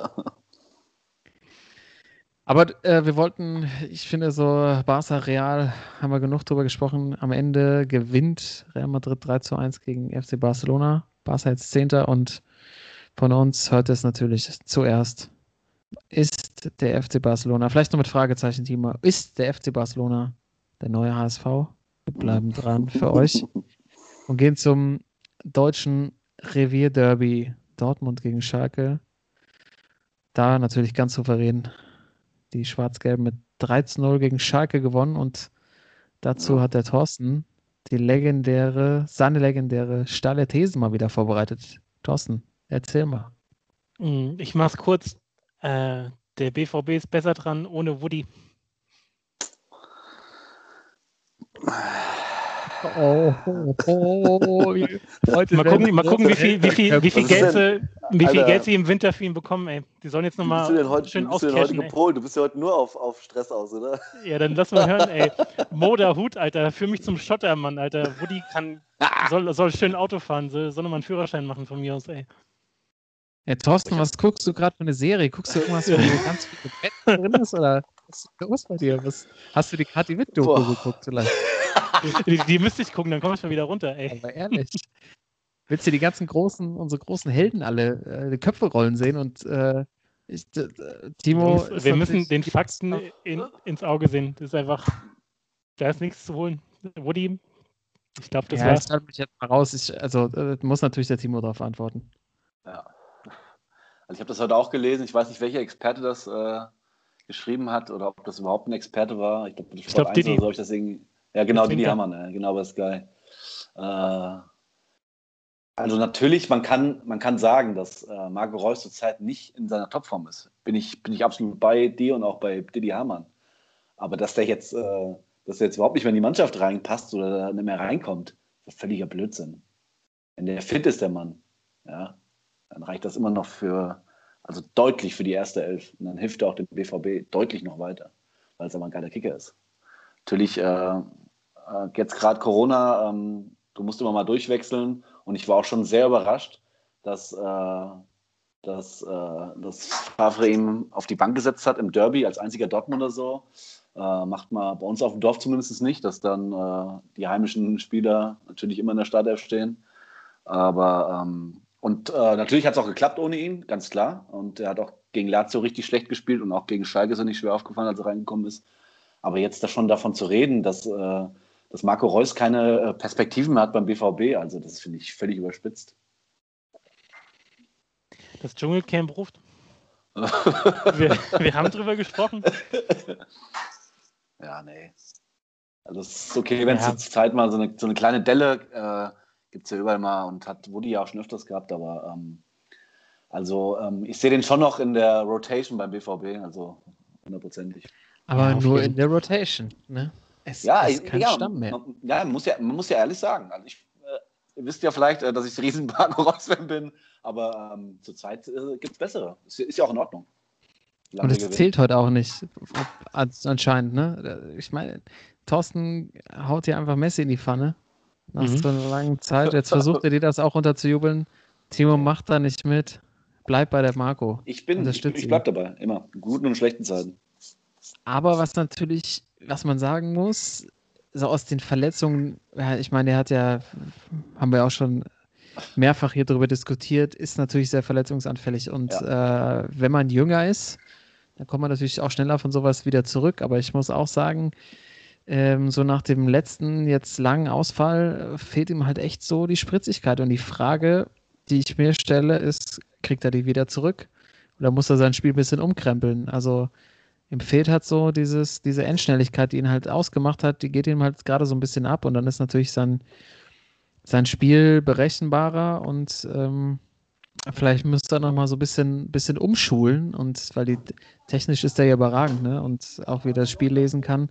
Aber äh, wir wollten, ich finde so Barca Real, haben wir genug drüber gesprochen. Am Ende gewinnt Real Madrid drei zu eins gegen F C Barcelona. Barca jetzt Zehnter und von uns hört es natürlich zuerst. Ist der F C Barcelona, vielleicht noch mit Fragezeichen, Timo, ist der F C Barcelona der neue H S V? Wir bleiben dran für euch und gehen zum deutschen Revierderby Dortmund gegen Schalke. Da natürlich ganz souverän die Schwarz-Gelben mit drei zu null gegen Schalke gewonnen und dazu Ja. hat der Thorsten die legendäre, seine legendäre steile These mal wieder vorbereitet. Thorsten, erzähl mal. Mm, Ich mach's kurz. Äh, der B V B ist besser dran ohne Woody. Oh, oh, oh, heute Mal gucken, mal gucken wie viel, wie viel, wie viel, Was ist Geld, denn? sie, wie viel Alter. Geld sie im Winter für ihn bekommen, ey. Die sollen jetzt Wie bist du denn nochmal heute, schön wie bist du denn heute auscashen, ey. gepolt? Du bist ja heute nur auf, auf Stress aus, oder? Ja, dann lass mal hören, ey. Moda Hut, Alter, führ mich zum Schottermann, Alter. Woody kann, soll, soll schön Auto fahren, soll, soll nochmal einen Führerschein machen von mir aus, ey. Ja, Thorsten, was guckst du gerade für eine Serie? Guckst du irgendwas, wo so ganz viele Betten drin ist? Oder was ist los bei dir? Was, hast du die Kathi Witt-Doku Boah. geguckt vielleicht? Die, die müsste ich gucken, dann komme ich mal wieder runter, ey. Aber ehrlich. Willst du die ganzen großen, unsere großen Helden alle, äh, die Köpfe rollen sehen und äh, ich, äh, Timo. Jungs, ist wir müssen natürlich- den Fakten in, ins Auge sehen. Das ist einfach, da ist nichts zu holen. Woody, ich glaube, das ja, war's. ich halte mich jetzt mal raus. Ich, also äh, muss natürlich der Timo darauf antworten. Ja. Also ich habe das heute auch gelesen. Ich weiß nicht, welcher Experte das äh, geschrieben hat oder ob das überhaupt ein Experte war. Ich glaube, glaub, Sport Didi. oder so habe ich das irgendwie. Ja, genau, Der Didi Zwinker. Hamann, ja, genau, das ist geil. Äh, also natürlich, man kann, man kann sagen, dass äh, Marco Reus zurzeit nicht in seiner Topform ist. Bin ich, bin ich absolut bei dir und auch bei Didi Hamann. Aber dass der jetzt, äh, dass der jetzt überhaupt nicht mehr in die Mannschaft reinpasst oder nicht mehr reinkommt, das ist völliger Blödsinn. Wenn der fit ist, der Mann, ja, dann reicht das immer noch für, also deutlich für die erste Elf. Und dann hilft er auch dem B V B deutlich noch weiter, weil es aber ein geiler Kicker ist. Natürlich, äh, äh, jetzt gerade Corona, ähm, du musst immer mal durchwechseln. Und ich war auch schon sehr überrascht, dass, äh, dass, äh, dass Favre ihn auf die Bank gesetzt hat im Derby als einziger Dortmunder so. Äh, macht man bei uns auf dem Dorf zumindest nicht, dass dann äh, die heimischen Spieler natürlich immer in der Startelf stehen. Aber ähm, und äh, natürlich hat es auch geklappt ohne ihn, ganz klar. Und er hat auch gegen Lazio richtig schlecht gespielt und auch gegen Schalke ist er nicht schwer aufgefallen, als er reingekommen ist. Aber jetzt da schon davon zu reden, dass, äh, dass Marco Reus keine äh, Perspektiven mehr hat beim B V B, also das finde ich völlig überspitzt. Das Dschungelcamp ruft. wir, wir haben drüber gesprochen. Ja, nee. Also es ist okay, wenn es Ja. zur Zeit mal so eine, so eine kleine Delle äh, gibt es ja überall mal und hat Woody ja auch schon öfters gehabt, aber ähm, also ähm, ich sehe den schon noch in der Rotation beim B V B, also hundertprozentig. Aber Ja, auf nur jeden- in der Rotation, ne? Es Ja, ist kein ja, Stamm mehr. Man, ja, man muss ja, man muss ja ehrlich sagen. Also ich, äh, ihr wisst ja vielleicht, äh, dass ich riesen Marco Reus-Fan bin, aber ähm, zurzeit äh, gibt es bessere. Ist, ja- ist ja auch in Ordnung. Solange Und wir es gewinnen. zählt heute auch nicht, ob- als- anscheinend, ne? Ich meine, Thorsten haut hier einfach Messi in die Pfanne. Nach Mhm. so einer langen Zeit. Jetzt versucht er dir das auch unterzujubeln. Timo macht da nicht mit. Bleib bei der Marco. Ich bin, ich, Unterstützt ich ihn. bleib dabei, immer. In guten und schlechten Zeiten. Aber was natürlich, was man sagen muss, so aus den Verletzungen, ja, ich meine, er hat ja, haben wir auch schon mehrfach hier drüber diskutiert, ist natürlich sehr verletzungsanfällig. Und äh, wenn man jünger ist, dann kommt man natürlich auch schneller von sowas wieder zurück. Aber ich muss auch sagen, ähm, so nach dem letzten jetzt langen Ausfall äh, fehlt ihm halt echt so die Spritzigkeit. Und die Frage, die ich mir stelle, ist, kriegt er die wieder zurück? Oder muss er sein Spiel ein bisschen umkrempeln? Also ihm fehlt halt so dieses, diese Endschnelligkeit, die ihn halt ausgemacht hat, die geht ihm halt gerade so ein bisschen ab. Und dann ist natürlich sein, sein Spiel berechenbarer und ähm, vielleicht müsste er noch mal so ein bisschen, bisschen umschulen. Und weil die technisch ist er ja überragend, ne? Und auch wie er das Spiel lesen kann.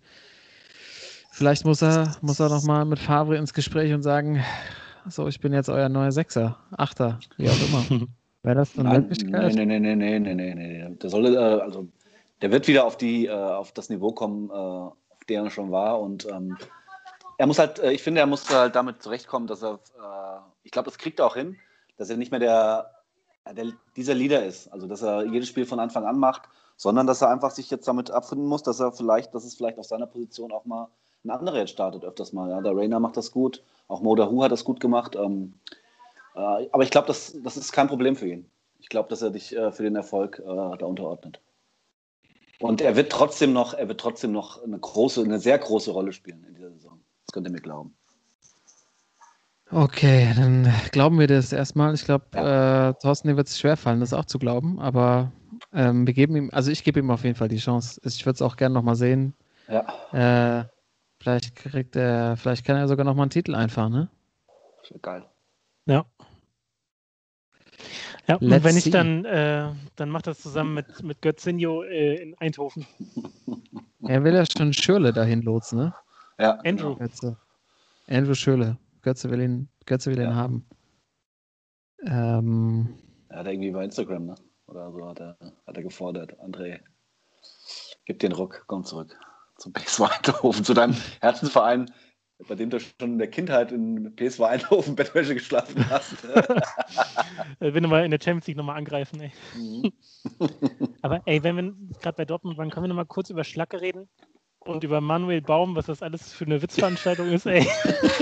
Vielleicht muss er, muss er noch mal mit Favre ins Gespräch und sagen, so, ich bin jetzt euer neuer Sechser, Achter, wie auch immer. Wäre das eine Nein, Möglichkeit? nee, nee, nee, nee, nee, nee, nee. Der soll, äh, also der wird wieder auf die, äh, auf das Niveau kommen, äh, auf dem er schon war. Und ähm, er muss halt, äh, ich finde, er muss halt damit zurechtkommen, dass er, äh, ich glaube, das kriegt er auch hin, dass er nicht mehr der, der, dieser Leader ist. Also dass er jedes Spiel von Anfang an macht, sondern dass er einfach sich jetzt damit abfinden muss, dass er vielleicht, dass es vielleicht auf seiner Position auch mal ein anderer jetzt startet öfters mal. Ja? Der Rainer macht das gut, auch Mo Dahoud hat das gut gemacht. Ähm, äh, aber ich glaube, das, das ist kein Problem für ihn. Ich glaube, dass er dich äh, für den Erfolg äh, da unterordnet. Und er wird trotzdem noch, er wird trotzdem noch eine große, eine sehr große Rolle spielen in dieser Saison. Das könnt ihr mir glauben. Okay, dann glauben wir das erstmal. Ich glaube, äh, Thorsten, dir wird es schwerfallen, das auch zu glauben, aber ähm, wir geben ihm, also ich gebe ihm auf jeden Fall die Chance. Ich würde es auch gerne nochmal sehen. Ja. Äh, vielleicht kriegt er, vielleicht kann er sogar nochmal einen Titel einfahren, ne? Das wäre geil. Ja. Ja, und Let's wenn ich see. dann, äh, dann macht das zusammen mit, mit Götzinho äh, in Eindhoven. Er will ja schon Schürrle dahin lotsen, ne? Ja, Andrew. Götze. Andrew Schürrle. Götze will ihn, Götze will ihn Ja. haben. Ähm, Er hat irgendwie bei Instagram, ne? Oder so hat er, hat er gefordert. André, gib den Ruck, komm zurück zum P S V Eindhoven, zu deinem Herzensverein, bei dem du schon in der Kindheit in P S V Eindhoven Bettwäsche geschlafen hast. Äh, wenn wir mal in der Champions League nochmal angreifen, ey. Mhm. Aber ey, wenn wir gerade bei Dortmund waren, können wir nochmal kurz über Schlacke reden? Und über Manuel Baum, was das alles für eine Witzveranstaltung ist, ey.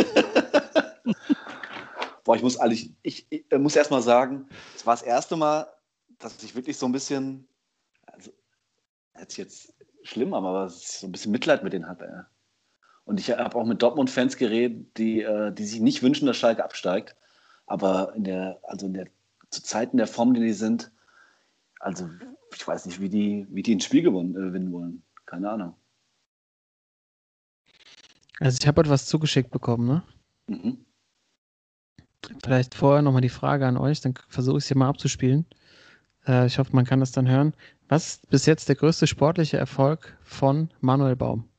Boah, ich muss ehrlich, ich, ich muss erst mal sagen, es war das erste Mal, dass ich wirklich so ein bisschen, also, hört sich jetzt schlimm an, aber so ein bisschen Mitleid mit denen hatte. Und ich habe auch mit Dortmund-Fans geredet, die, äh, die sich nicht wünschen, dass Schalke absteigt, aber in der, also in der, zu Zeiten der Form, die die sind, also ich weiß nicht, wie die, wie die ein Spiel gewonnen, äh, gewinnen wollen. Keine Ahnung. also ich habe etwas zugeschickt bekommen, ne? Mhm. Vielleicht vorher nochmal die Frage an euch, dann versuche ich es hier mal abzuspielen. Äh, ich hoffe, man kann das dann hören. Was ist bis jetzt der größte sportliche Erfolg von Manuel Baum?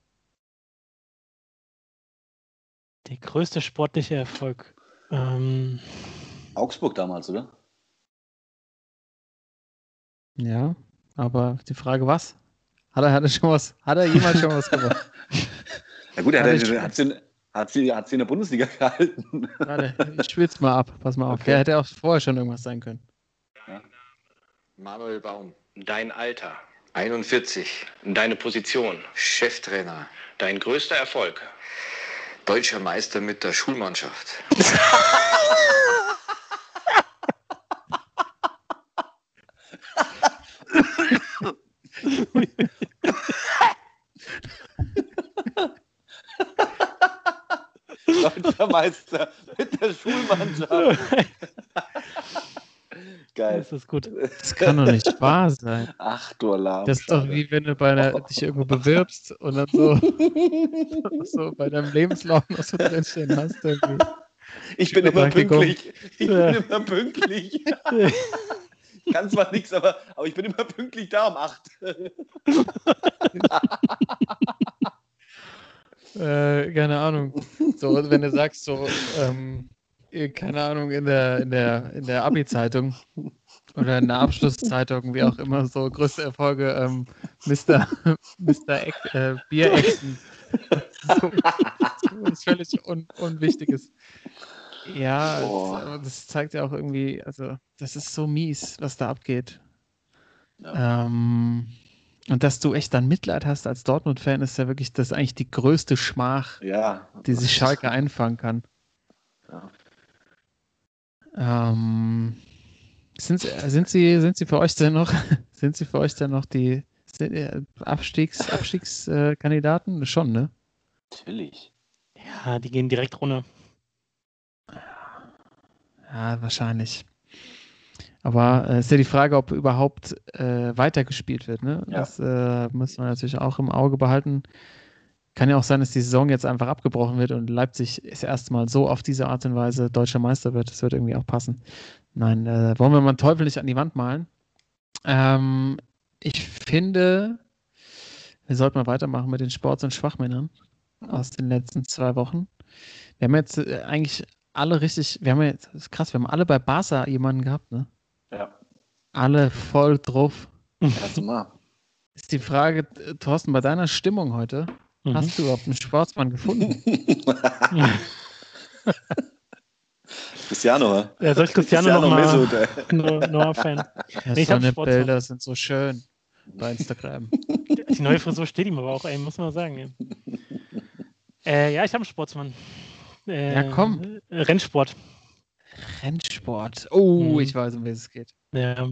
Der größte sportliche Erfolg. Ähm, Augsburg damals, oder? Ja, aber die Frage, was? Hat er, hat er schon was? Hat er jemals schon was gewonnen? Ja gut, er hat, Hat ja er den, hat, den, Hat sie, hat sie in der Bundesliga gehalten? Warte, ich spiel's mal ab. Pass mal auf. Okay. Der hätte auch vorher schon irgendwas sein können. Ja. Manuel Baum. Dein Alter. einundvierzig. Deine Position. Cheftrainer. Dein größter Erfolg. Deutscher Meister mit der Schulmannschaft. Deutscher Meister mit der Schulmannschaft. Geil. Das ist gut. Das kann doch nicht wahr sein. Ach du Alarm. Das ist doch wie wenn du bei einer, dich irgendwo bewirbst und dann so, so bei deinem Lebenslauf noch so drinstehen hast. Irgendwie. Ich bin immer Praktikum. pünktlich. Ich bin immer pünktlich. Ich kann zwar nichts, aber, aber ich bin immer pünktlich da um acht. Äh, keine Ahnung. So, wenn du sagst, so, ähm, eh, keine Ahnung, in der, in der, in der Abi-Zeitung oder in der Abschlusszeitung, wie auch immer, so größte Erfolge, ähm, Mister Mister Eck, äh, Bierechsen. So, was völlig un, Unwichtiges. Ja, Boah. das, das zeigt ja auch irgendwie, also, das ist so mies, was da abgeht. Ja. Ähm, und dass du echt dann Mitleid hast als Dortmund-Fan, ist ja wirklich, das ist eigentlich die größte Schmach, Ja. die sich Schalke einfangen kann. Ja. Ähm, sind, sie- sind, sie, sind sie für euch denn noch, sind sie für euch denn noch die sind, äh, Abstiegs, Abstiegskandidaten? Schon, ne? Natürlich. Ja, die gehen direkt runter. Ja, wahrscheinlich. Aber es äh, ist ja die Frage, ob überhaupt äh, weitergespielt wird. Ne? Ja. Das äh, muss man natürlich auch im Auge behalten. Kann ja auch sein, dass die Saison jetzt einfach abgebrochen wird und Leipzig ist erstmal so auf diese Art und Weise deutscher Meister wird. Das wird irgendwie auch passen. Nein, äh, wollen wir mal einen Teufel nicht an die Wand malen. Ähm, ich finde, wir sollten mal weitermachen mit den Sports- und Schwachmännern aus den letzten zwei Wochen. Wir haben jetzt äh, eigentlich alle richtig, wir haben jetzt, das ist krass, wir haben alle bei Barca jemanden gehabt, ne? Ja. Alle voll drauf. Erst mal. Ist die Frage, äh, Thorsten, bei deiner Stimmung heute, Mhm. hast du überhaupt einen Sportsmann gefunden? Cristiano, hä? Ja, soll ich Cristiano noch mal- Mesut, ey. Nur, nur Fan. Ja, Nee, ich hab seine Sportsmann. Bilder sind so schön bei Instagram. Die neue Frisur steht ihm aber auch, ey, muss man sagen. Ja, äh, ja ich habe einen Sportsmann. Äh, Ja, komm. äh, Rennsport. Rennsport. Oh, Mhm. ich weiß, um was es geht. Ja.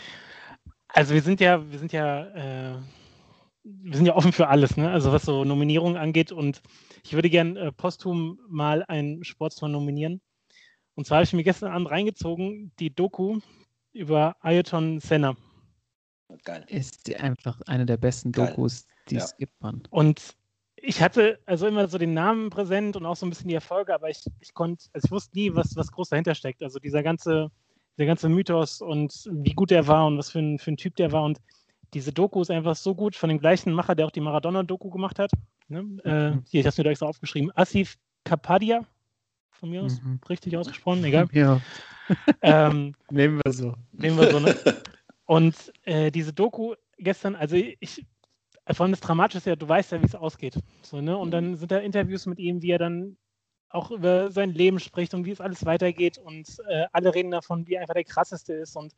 Also wir sind ja, wir sind ja, äh, wir sind ja offen für alles, ne? Also was so Nominierungen angeht. Und ich würde gern äh, posthum mal einen Sportsmann nominieren. Und zwar habe ich mir gestern Abend reingezogen, die Doku über Ayrton Senna. Geil. Ist die einfach eine der besten Geil. Dokus, die Ja. es gibt, Mann. Und ich hatte also immer so den Namen präsent und auch so ein bisschen die Erfolge, aber ich, ich konnte, also ich wusste nie, was, was groß dahinter steckt. Also dieser ganze, dieser ganze Mythos und wie gut der war und was für ein, für ein Typ der war. Und diese Doku ist einfach so gut von dem gleichen Macher, der auch die Maradona-Doku gemacht hat. Ne? Äh, hier, ich habe es mir da extra aufgeschrieben. Asif Kapadia, von mir aus, Mhm. richtig ausgesprochen, egal. Ja, ähm, nehmen wir so. Nehmen wir so, ne? Und äh, diese Doku gestern, also ich, vor allem das Dramatische ist ja, du weißt ja, wie es ausgeht. So, ne? Und dann sind da Interviews mit ihm, wie er dann auch über sein Leben spricht und wie es alles weitergeht. Und äh, alle reden davon, wie er einfach der krasseste ist. Und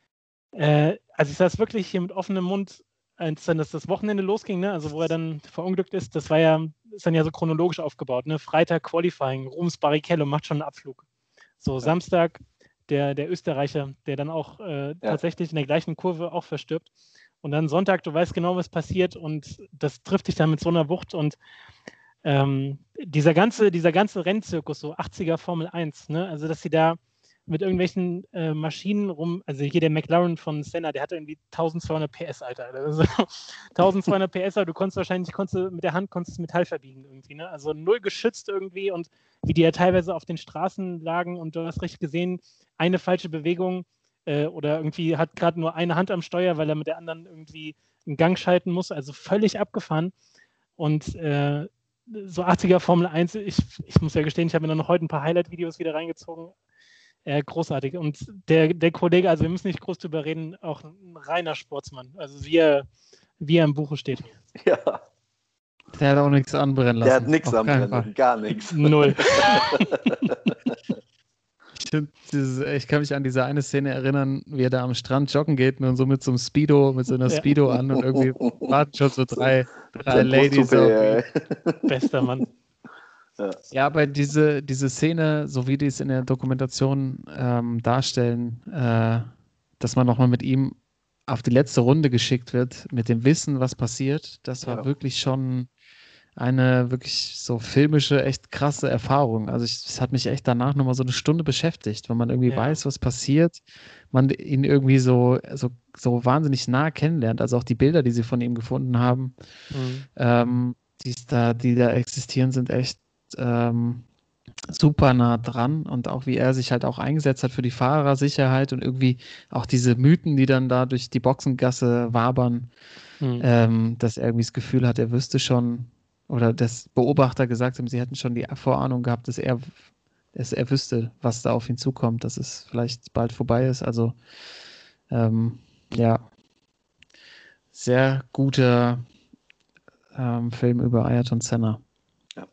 äh, also ich saß wirklich hier mit offenem Mund, als dann das, das Wochenende losging, ne? Also wo er dann verunglückt ist, das war ja, ist dann ja so chronologisch aufgebaut. Ne? Freitag Qualifying, Rums Barrichello macht schon einen Abflug. So, Samstag der, der Österreicher, der dann auch äh, tatsächlich in der gleichen Kurve auch verstirbt. Und dann Sonntag, du weißt genau, was passiert und das trifft dich dann mit so einer Wucht und ähm, dieser ganze, dieser ganze Rennzirkus, so achtziger Formel eins, ne? Also dass sie da mit irgendwelchen äh, Maschinen rum, also hier der McLaren von Senna, der hatte irgendwie zwölfhundert P S, Alter. Also, zwölfhundert P S, aber du konntest wahrscheinlich, konntest du mit der Hand konntest Metall verbiegen irgendwie, ne? Also null geschützt irgendwie und wie die ja teilweise auf den Straßen lagen und du hast richtig gesehen, eine falsche Bewegung äh, oder irgendwie hat gerade nur eine Hand am Steuer, weil er mit der anderen irgendwie einen Gang schalten muss, also völlig abgefahren. Und äh, so achtziger Formel eins, ich, ich muss ja gestehen, ich habe mir dann noch heute ein paar Highlight-Videos wieder reingezogen. Äh, großartig. Und der, der Kollege, also wir müssen nicht groß drüber reden, auch ein reiner Sportsmann. Also wie er, wie er im Buche steht. Ja. Der hat auch nichts anbrennen lassen. Der hat nichts Auf keinen anbrennen, Fall. gar nichts. Null. Ich, find dieses, ich kann mich an diese eine Szene erinnern, wie er da am Strand joggen geht und so mit so einem Speedo, mit so einer Ja. Speedo an und irgendwie warten schon so drei, drei Sein Ladies auf ihn. Brusttoupet, Bester Mann. ey. Ja, aber diese, diese Szene, so wie die es in der Dokumentation ähm, darstellen, äh, dass man nochmal mit ihm auf die letzte Runde geschickt wird, mit dem Wissen, was passiert, das war Ja. wirklich schon eine wirklich so filmische, echt krasse Erfahrung. Also ich- es hat mich echt danach nochmal so eine Stunde beschäftigt, wenn man irgendwie Ja. weiß, was passiert, man ihn irgendwie so, so, so wahnsinnig nah kennenlernt. Also auch die Bilder, die sie von ihm gefunden haben, Mhm. ähm, die da, die da existieren, sind echt ähm, super nah dran und auch wie er sich halt auch eingesetzt hat für die Fahrersicherheit und irgendwie auch diese Mythen, die dann da durch die Boxengasse wabern, Mhm. ähm, dass er irgendwie das Gefühl hat, er wüsste schon oder dass Beobachter gesagt haben, sie hätten schon die Vorahnung gehabt, dass er, dass er wüsste, was da auf ihn zukommt, dass es vielleicht bald vorbei ist. Also ähm, ja, sehr guter ähm, Film über Ayrton Senna. Ja.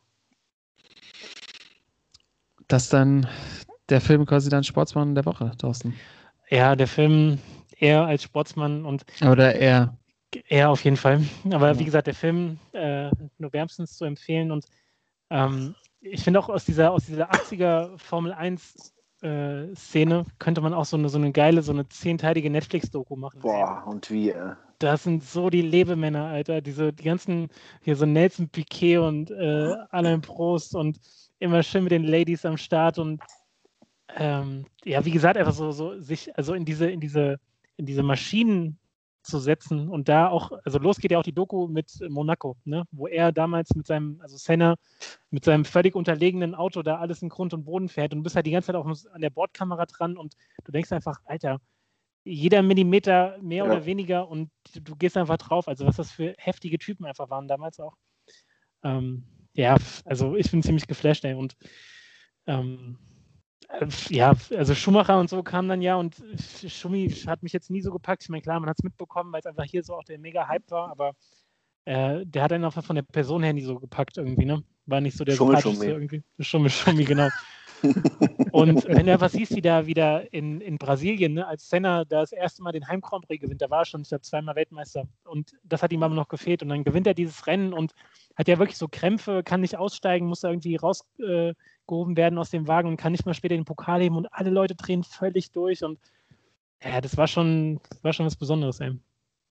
Das ist dann der Film quasi dein Sportsmann der Woche, Thorsten. Ja, der Film eher als Sportsmann und Oder er. er auf jeden Fall. Aber Ja. wie gesagt, der Film äh, nur wärmstens zu empfehlen und ähm, ich finde auch aus dieser, aus dieser achtziger Formel eins äh, Szene könnte man auch so eine, so eine geile, so eine zehnteilige Netflix-Doku machen. Boah, und wie, ey. Das sind so die Lebemänner, Alter. Diese, die ganzen, hier so Nelson Piquet und äh, Alain Prost und immer schön mit den Ladies am Start und ähm, ja, wie gesagt, einfach so, so sich, also in diese, in diese, in diese Maschinen zu setzen und da auch, also los geht ja auch die Doku mit Monaco, ne, wo er damals mit seinem, also Senna, mit seinem völlig unterlegenen Auto da alles in Grund und Boden fährt und du bist halt die ganze Zeit auch an der Bordkamera dran und du denkst einfach, Alter, jeder Millimeter mehr Ja. oder weniger und du, du gehst einfach drauf, also was das für heftige Typen einfach waren damals auch. Ähm, ja, also ich bin ziemlich geflasht, ey, und ähm, äh, ja, also Schumacher und so kam dann ja und Schumi hat mich jetzt nie so gepackt. Ich meine, klar, man hat es mitbekommen, weil es einfach hier so auch der Mega-Hype war, aber äh, der hat einen einfach von der Person her nie so gepackt irgendwie, ne? War nicht so der Schummel, sympathischste Schummi. irgendwie. Schummel, Schummi, genau. Und wenn du einfach siehst, wie da wieder in, in Brasilien, ne, als Senna da das erste Mal den Heim Grand Prix gewinnt, da war er schon, ich glaube, zweimal Weltmeister und das hat ihm aber noch gefehlt und dann gewinnt er dieses Rennen und hat ja wirklich so Krämpfe, kann nicht aussteigen, muss da irgendwie rausgehoben äh, werden aus dem Wagen und kann nicht mal später den Pokal heben und alle Leute drehen völlig durch und ja, das war schon, war schon was Besonderes, ey.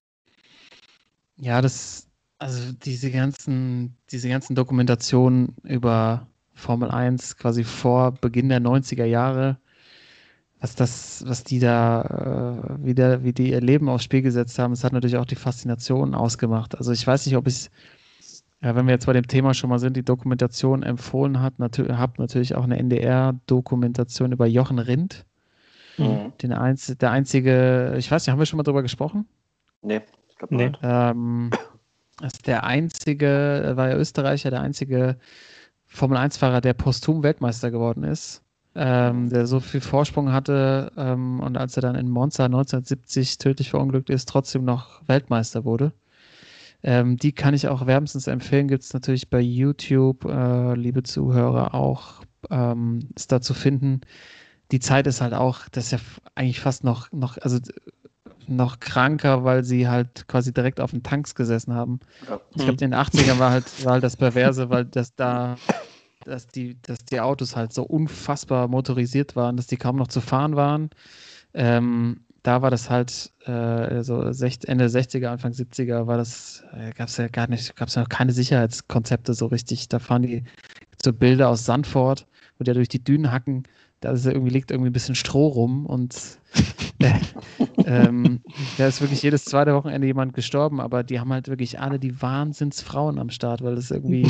Ja, das, also diese ganzen, diese ganzen Dokumentationen über Formel eins quasi vor Beginn der neunziger Jahre, was das, was die da, äh, wie, der, wie die ihr Leben aufs Spiel gesetzt haben, das hat natürlich auch die Faszination ausgemacht. Also ich weiß nicht, ob ich, ja, wenn wir jetzt bei dem Thema schon mal sind, die Dokumentation empfohlen hat, natürlich, habe natürlich auch eine N D R-Dokumentation über Jochen Rindt. Mhm. Den einz, der einzige, ich weiß nicht, haben wir schon mal drüber gesprochen? Nee, ich glaube Nee. nicht. Ähm, das ist der einzige, er war ja Österreicher, der einzige Formel eins Fahrer, der posthum Weltmeister geworden ist, ähm, der so viel Vorsprung hatte ähm, und als er dann in Monza neunzehnhundertsiebzig tödlich verunglückt ist, trotzdem noch Weltmeister wurde. Ähm, die kann ich auch wärmstens empfehlen, gibt es natürlich bei YouTube, äh, liebe Zuhörer, auch ähm, ist da zu finden. Die Zeit ist halt auch, das ist ja f- eigentlich fast noch, noch, also noch kranker, weil sie halt quasi direkt auf den Tanks gesessen haben. Ja. Ich glaube, in den achtzigern war halt, war halt das Perverse, weil das da, dass die, dass die Autos halt so unfassbar motorisiert waren, dass die kaum noch zu fahren waren. Ähm, da war das halt äh, so sech- Ende sechziger, Anfang siebziger war das, äh, gab es ja gar nicht, gab es ja noch keine Sicherheitskonzepte so richtig. Da fahren die so Bilder aus Sandford, wo die ja durch die Dünen hacken, da ist ja irgendwie, liegt irgendwie ein bisschen Stroh rum und äh, ähm, da ist wirklich jedes zweite Wochenende jemand gestorben, aber die haben halt wirklich alle die Wahnsinnsfrauen am Start, weil das irgendwie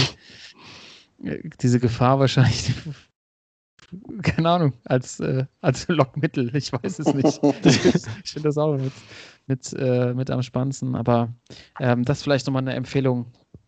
äh, diese Gefahr wahrscheinlich, keine Ahnung, als, äh, als Lockmittel, ich weiß es nicht. Ich finde das auch mit, mit, äh, mit am spannendsten, aber ähm, das ist vielleicht nochmal eine Empfehlung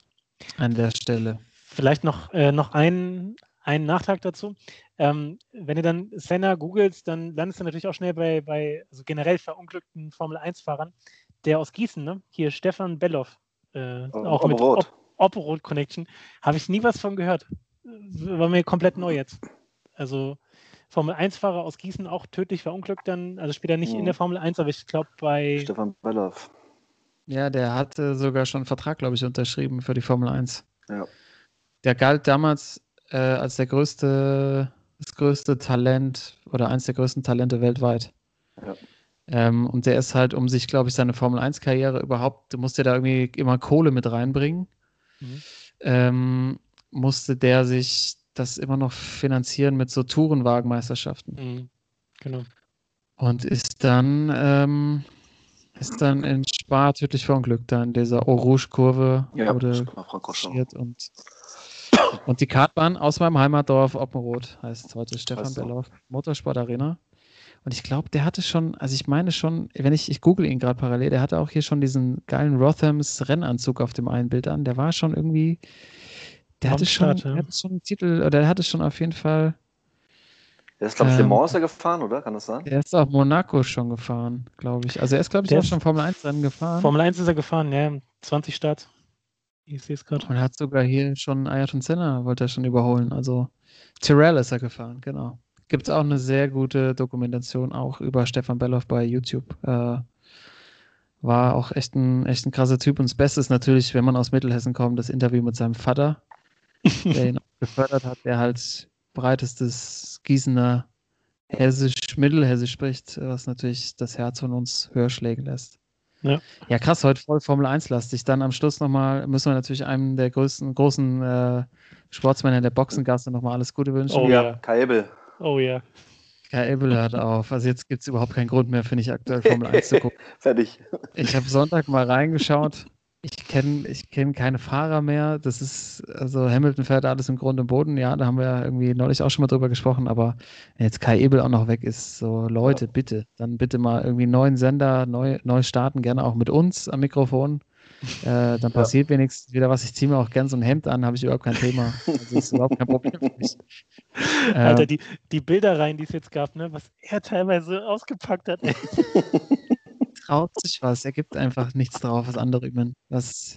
an der Stelle. Vielleicht noch, äh, noch ein, einen Nachtrag dazu. Ähm, wenn du dann Senna googelst, dann landest du natürlich auch schnell bei, bei also generell verunglückten Formel eins Fahrern. Der aus Gießen, ne? Hier Stefan Belloff. Äh, Oh, auch mit Oberrot. Ob- Oppo-Rot Connection, habe ich nie was von gehört. War mir komplett neu jetzt. Also Formel eins Fahrer aus Gießen auch tödlich verunglückt dann, also später nicht Mhm. in der Formel eins, aber ich glaube bei... Stefan Belloff. Ja, der hatte sogar schon einen Vertrag, glaube ich, unterschrieben für die Formel eins. Ja. Der galt damals äh, als der größte, das größte Talent oder eins der größten Talente weltweit. Ja. Ähm, und der ist halt, um sich, glaube ich, seine Formel eins Karriere überhaupt, musste da irgendwie immer Kohle mit reinbringen. Mhm. Ähm, musste der sich das immer noch finanzieren mit so Tourenwagenmeisterschaften. Mhm. Genau. Und ist dann, ähm, ist dann in Spa tödlich verunglückt, da in dieser Eau Rouge-Kurve Ja, wurde Francorchamps. passiert und, und die Kartbahn aus meinem Heimatdorf Oppenroth heißt heute Stefan Weißt du. Belloff Motorsport Arena. Und ich glaube, der hatte schon, also ich meine schon, wenn ich, ich google ihn gerade parallel, der hatte auch hier schon diesen geilen Rothams Rennanzug auf dem einen Bild an. Der war schon irgendwie, der Am hatte schon, Start, ja. der hatte schon einen Titel, oder der hatte schon auf jeden Fall, Der ist, glaube ich, Le Ähm, Mans ist er gefahren, oder? Kann das sein? der ist auch Monaco schon gefahren, glaube ich. Also er ist, glaube ich, Der auch ist- schon Formel eins Rennen gefahren. Formel eins ist er gefahren, ja, zwanzig Starts. Ich sehe es gerade. Und er hat sogar hier schon Ayrton Senna, wollte er schon überholen. Also Tyrrell ist er gefahren, genau. Gibt es auch eine sehr gute Dokumentation auch über Stefan Belloff bei YouTube. Äh, war auch echt ein, echt ein krasser Typ. Und das Beste ist natürlich, wenn man aus Mittelhessen kommt, das Interview mit seinem Vater, der ihn auch gefördert hat, der halt breitestes Gießener Hessisch, Mittelhessisch spricht, was natürlich das Herz von uns höher schlägen lässt. Ja. Ja, krass, heute voll Formel eins lastig. Dann am Schluss nochmal, müssen wir natürlich einem der größten, großen äh, Sportsmänner der Boxengasse nochmal alles Gute wünschen. Oh ja, ja. Kai Ebel. Oh ja. Herr Ebel hört auf. Also jetzt gibt es überhaupt keinen Grund mehr, finde ich, aktuell Formel eins zu gucken. Fertig. Ich habe Sonntag mal reingeschaut. Ich kenne ich kenn keine Fahrer mehr. Das ist, also Hamilton fährt alles im Grund und Boden. Ja, da haben wir ja irgendwie neulich auch schon mal drüber gesprochen. Aber wenn jetzt Kai Ebel auch noch weg ist, so Leute, bitte, dann bitte mal irgendwie einen neuen Sender, neu, neu starten, gerne auch mit uns am Mikrofon. Äh, dann passiert wenigstens wieder was. Ich ziehe mir auch gern so ein Hemd an, habe ich überhaupt kein Thema. Also ist überhaupt kein Problem für mich. Alter, Ähm, die, die Bilderreihen, die es jetzt gab, ne, was er teilweise ausgepackt hat. Ey. traut sich was. Er gibt einfach nichts drauf, was andere über ihn, was,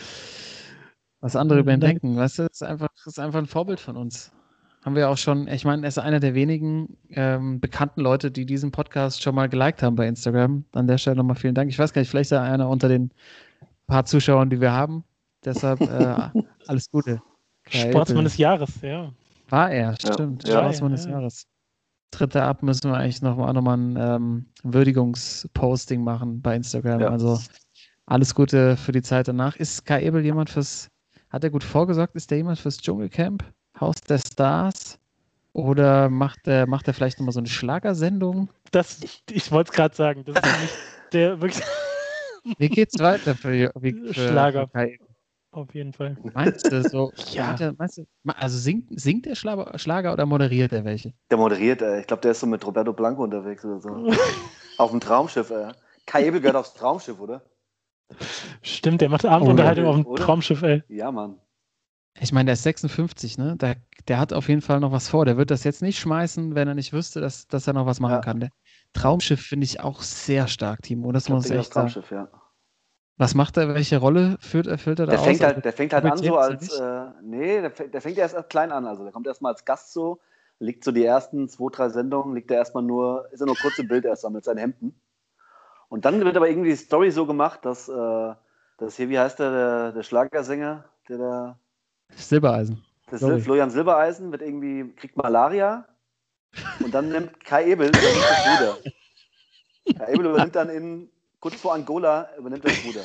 was andere über ihn Nein. denken. Weißt du, das ist einfach, das ist einfach ein Vorbild von uns. Haben wir auch schon, ich meine, er ist einer der wenigen ähm, bekannten Leute, die diesen Podcast schon mal geliked haben bei Instagram. An der Stelle nochmal vielen Dank. Ich weiß gar nicht, vielleicht ist er einer unter den paar Zuschauern, die wir haben. Deshalb äh, alles Gute. Kai Sportsmann Ebel. des Jahres, ja. War er, Ja, stimmt. ja. Sportsmann Ja, des ja. Jahres. Dritte ab müssen wir eigentlich noch mal, noch mal ein ähm, Würdigungsposting machen bei Instagram. Ja. Also alles Gute für die Zeit danach. Ist Kai Ebel jemand fürs, hat er gut vorgesorgt? Ist der jemand fürs Dschungelcamp? Haus der Stars? Oder macht er, macht er vielleicht nochmal so eine Schlagersendung? Das, ich wollte es gerade sagen, das ist für mich der wirklich Wie geht's weiter für, wie, für, Schlager. für Kai Ebel? auf jeden Fall. Meinst du so? Ja. Hat er, meinst du, ma- also singt, singt der Schlager, Schlager oder moderiert er welche? Der moderiert, ey. Ich glaube, der ist so mit Roberto Blanco unterwegs oder so. Auf dem Traumschiff, ey. Kai Ebel gehört aufs Traumschiff, oder? Stimmt, der macht Abendunterhaltung Oh, auf dem oder? Traumschiff, ey. Ja, Mann. Ich meine, der ist sechsundfünfzig, ne? Der, der hat auf jeden Fall noch was vor. Der wird das jetzt nicht schmeißen, wenn er nicht wüsste, dass, dass er noch was machen Ja. kann. Der Traumschiff finde ich auch sehr stark, Timo. Das Ich glaub, muss der ich gehört aufs echt sagen. Traumschiff, ja. Was macht er? Welche Rolle führt, erfüllt er da Der aus? fängt, Also, halt, der fängt halt an so kommentiert als, ist er äh, nee, der, fängt- der fängt ja erst als klein an. Also der kommt erstmal als Gast so, liegt so die ersten zwei, drei Sendungen, liegt er erstmal nur, ist er nur kurz im Bild erstmal mit seinen Hemden. Und dann wird aber irgendwie die Story so gemacht, dass, äh, dass hier, wie heißt der, der, der Schlagersänger, der da, nicht. Silbereisen. das Sorry. ist Florian Silbereisen, wird irgendwie, kriegt Malaria und dann nimmt Kai Ebel übernimmt das Ruder. Kai Ebel übernimmt dann in, kurz vor Angola, übernimmt das Ruder.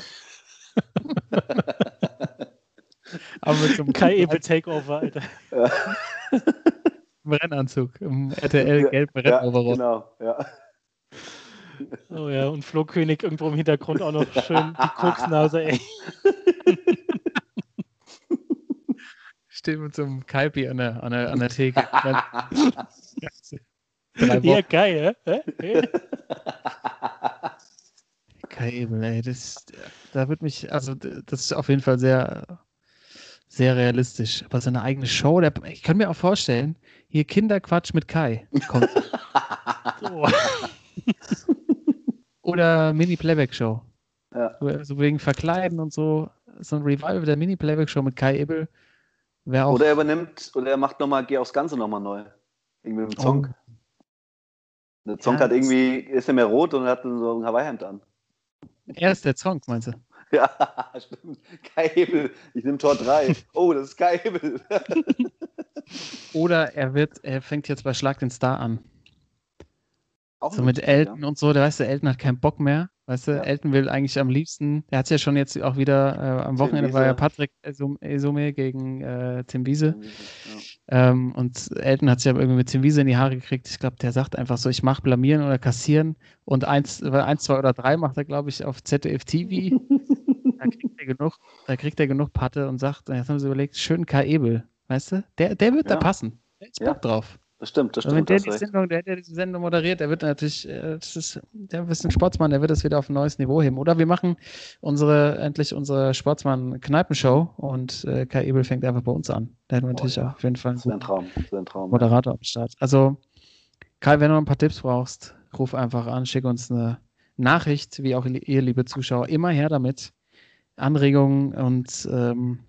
Aber mit so einem Kai Ebel Takeover, Alter. im Rennanzug, im R T L gelben Ja, Rennoverall. genau, ja. Oh ja, und Flo König irgendwo im Hintergrund auch noch schön die Koksnase, ey. Steht mit so einem Kaipi an der, an der, an der Theke. Drei Ja, Wochen. geil, hä? Hä? Kai Ebel, ey, das, da wird mich, also d- das ist auf jeden Fall sehr, sehr realistisch. Aber seine eigene Show, der, ich kann mir auch vorstellen, hier Kinderquatsch mit Kai kommt. So. Oder Mini-Playback-Show. Ja. So, so wegen Verkleiden und so. so ein Revival der Mini-Playback-Show mit Kai Ebel wäre auch. Oder er übernimmt, oder er macht nochmal, geh aufs Ganze nochmal neu. Irgendwie mit dem Zonk. Oh. Der Zonk Ja, hat irgendwie, ist ja mehr rot und hat so ein Hawaii-Hemd an. Er ist der Zonk, meinst du? Ja, stimmt. Kai Ebel, ich nehme Tor drei. Oh, das ist Kai Ebel. Oder er wird, er fängt jetzt bei Schlag den Star an. Auch So mit Elton ja. und so, da weißt du, Elton hat keinen Bock mehr. Weißt du, ja. Elton will eigentlich am liebsten, er hat ja schon jetzt auch wieder, äh, am Wochenende war ja Patrick Esome gegen äh, Tim Wiese. Ja. Ähm, und Elton hat sich aber irgendwie mit Tim Wiese in die Haare gekriegt. Ich glaube, der sagt einfach so, ich mache blamieren oder kassieren. Und eins, eins, zwei oder drei macht er, glaube ich, auf Z D F T V. da kriegt er genug, da kriegt er genug Patte und sagt, jetzt haben sie überlegt, schön Kai Ebel, weißt du? Der, der wird ja. da passen. Der hat Bock drauf. Das stimmt, das stimmt. Wenn der die, Sendung, der, der die Sendung moderiert, der wird natürlich, das ist, der ist ein Sportsmann, der wird das wieder auf ein neues Niveau heben. Oder wir machen unsere, endlich unsere Sportsmann-Kneipenshow und äh, Kai Ebel fängt einfach bei uns an. Da hätten wir natürlich oh, ja. auf jeden Fall einen das ein Traum. Das ein Traum, Moderator ja. am Start. Also, Kai, wenn du noch ein paar Tipps brauchst, ruf einfach an, schick uns eine Nachricht, wie auch ihr, liebe Zuschauer, immer her damit. Anregungen und ähm,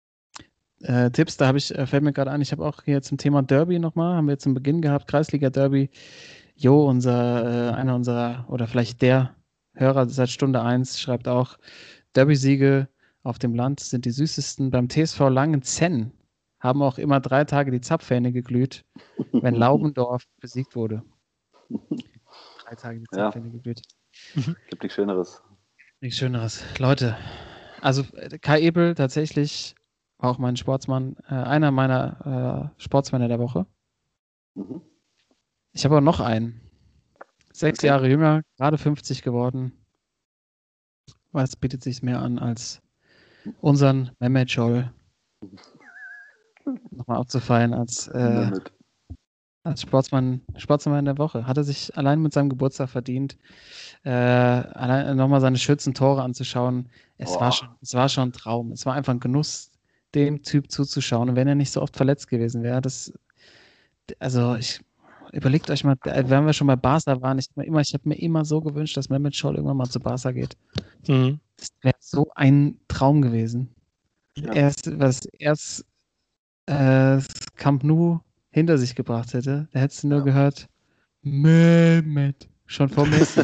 Äh, Tipps, da habe ich, äh, fällt mir gerade ein, ich habe auch hier zum Thema Derby nochmal, haben wir jetzt zum Beginn gehabt, Kreisliga-Derby. Jo, unser, äh, einer unserer, oder vielleicht der Hörer seit Stunde eins schreibt auch, Derby-Siege auf dem Land sind die süßesten. Beim T S V Langenzenn haben auch immer drei Tage die Zapfhähne geglüht, wenn Laubendorf besiegt wurde. Drei Tage die Zapfhähne ja. geglüht. Gibt nichts Schöneres. Nichts Schöneres. Leute, also Kai Ebel tatsächlich auch mein Sportsmann, äh, einer meiner äh, Sportsmänner der Woche. Mhm. Ich habe auch noch einen. Sechs okay. Jahre jünger, gerade fünfzig geworden. Was bietet sich mehr an, als unseren Mehmet Scholl nochmal aufzufallen als, äh, als Sportsmann, Sportsmann der Woche. Hat er sich allein mit seinem Geburtstag verdient, äh, allein nochmal seine Schützentore anzuschauen. Es, oh. war schon, es war schon ein Traum. Es war einfach ein Genuss, dem Typ zuzuschauen. Und wenn er nicht so oft verletzt gewesen wäre, das, also ich, überlegt euch mal, wenn wir schon bei Barca waren, ich, immer, ich habe mir immer so gewünscht, dass Mehmet Scholl irgendwann mal zu Barca geht. Mhm. Das wäre so ein Traum gewesen. Ja. Erst, was erst äh, Camp Nou hinter sich gebracht hätte, da hättest du nur ja. gehört, Mehmet, schon vor Messi.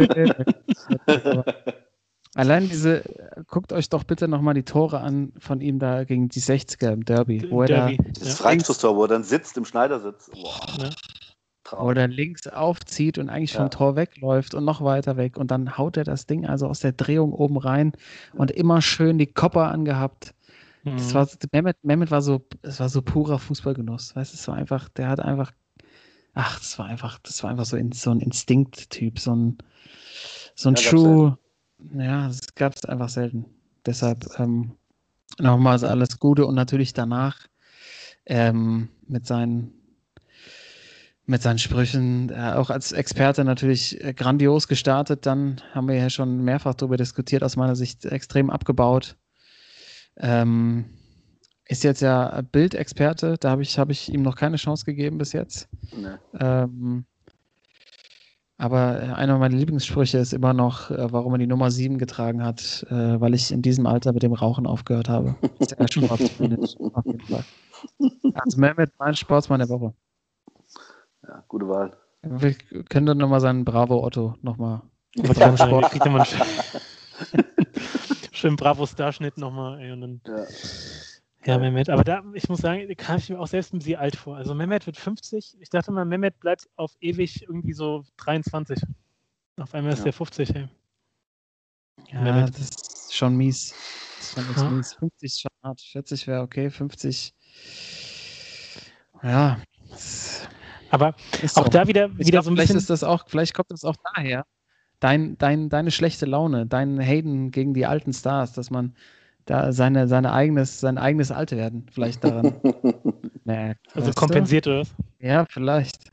Allein diese, guckt euch doch bitte nochmal die Tore an von ihm da gegen die sechziger im Derby. Wo er Derby. Da das ja. Freistoßtor, wo er dann sitzt, im Schneidersitz. Ja. Wo er dann links aufzieht und eigentlich ja. vom Tor wegläuft und noch weiter weg. Und dann haut er das Ding also aus der Drehung oben rein ja. und immer schön die Kopper angehabt. Mhm. Das war, Mehmet, Mehmet war so, es war so purer Fußballgenuss. Weißt du, es war einfach, der hat einfach, ach, das war einfach, das war einfach so, in, so ein Instinkt-Typ, so ein, so ein ja, True. Ja, das gab es einfach selten. Deshalb ähm, nochmals alles Gute und natürlich danach ähm, mit seinen mit seinen Sprüchen, äh, auch als Experte natürlich äh, grandios gestartet. Dann haben wir ja schon mehrfach darüber diskutiert, aus meiner Sicht extrem abgebaut. Ähm, ist jetzt ja Bildexperte, da habe ich, hab ich ihm noch keine Chance gegeben bis jetzt. Nee. Ähm, Aber einer meiner Lieblingssprüche ist immer noch, äh, warum er die Nummer sieben getragen hat, äh, weil ich in diesem Alter mit dem Rauchen aufgehört habe. Sehr Sport, auf jeden Fall. Also Mehmet, mein Sportsmann der Woche. Ja, gute Wahl. Wir können dann nochmal seinen Bravo Otto nochmal. Ja, Sport. Schön Bravo-Starschnitt nochmal. Ey, und dann ja. Ja, Mehmet, aber da, ich muss sagen, kam ich mir auch selbst ein bisschen alt vor. Also Mehmet wird fünfzig. Ich dachte mal, Mehmet bleibt auf ewig irgendwie so dreiundzwanzig. Auf einmal ist ja. der fünfzig, ey. Ja, Mehmet. Das ist schon mies. Das ist schon echt ja. mies. fünfzig ist schon hart. vierzig wäre okay, fünfzig. Ja. Aber auch so. da wieder, wieder glaub, so ein vielleicht bisschen... Ist das auch, vielleicht kommt das auch daher. Dein, dein, deine schlechte Laune, dein Haten gegen die alten Stars, dass man da seine, seine eigenes, sein eigenes Altwerden vielleicht daran. merkt. Also kompensiert oder was? Ja, vielleicht.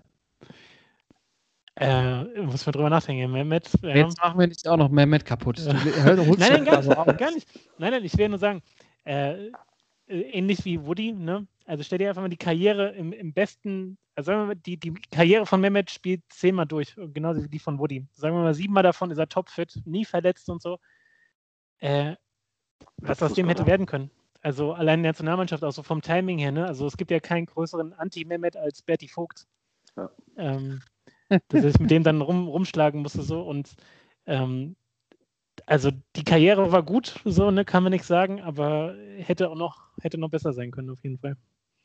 Äh, muss man drüber nachdenken. Mehmet. Ja. Jetzt machen wir nicht auch noch Mehmet kaputt. Ja. Hör, nein, nein, gar, nicht, gar nicht. Nein, nein, ich will nur sagen, äh, ähnlich wie Woody, ne? Also stell dir einfach mal die Karriere im, im besten, also sagen wir mal, die, die Karriere von Mehmet spielt zehnmal durch, genauso wie die von Woody. Sagen wir mal, siebenmal davon ist er topfit, nie verletzt und so. Äh, was aus dem hätte werden können. Also allein in der Nationalmannschaft, auch so vom Timing her, ne? Also es gibt ja keinen größeren Anti-Mehmet als Berti Vogt. Ja. Ähm, dass ich mit dem dann rum, rumschlagen musste so und ähm, also die Karriere war gut, so, ne, kann man nichts sagen, aber hätte auch noch, hätte noch besser sein können, auf jeden Fall.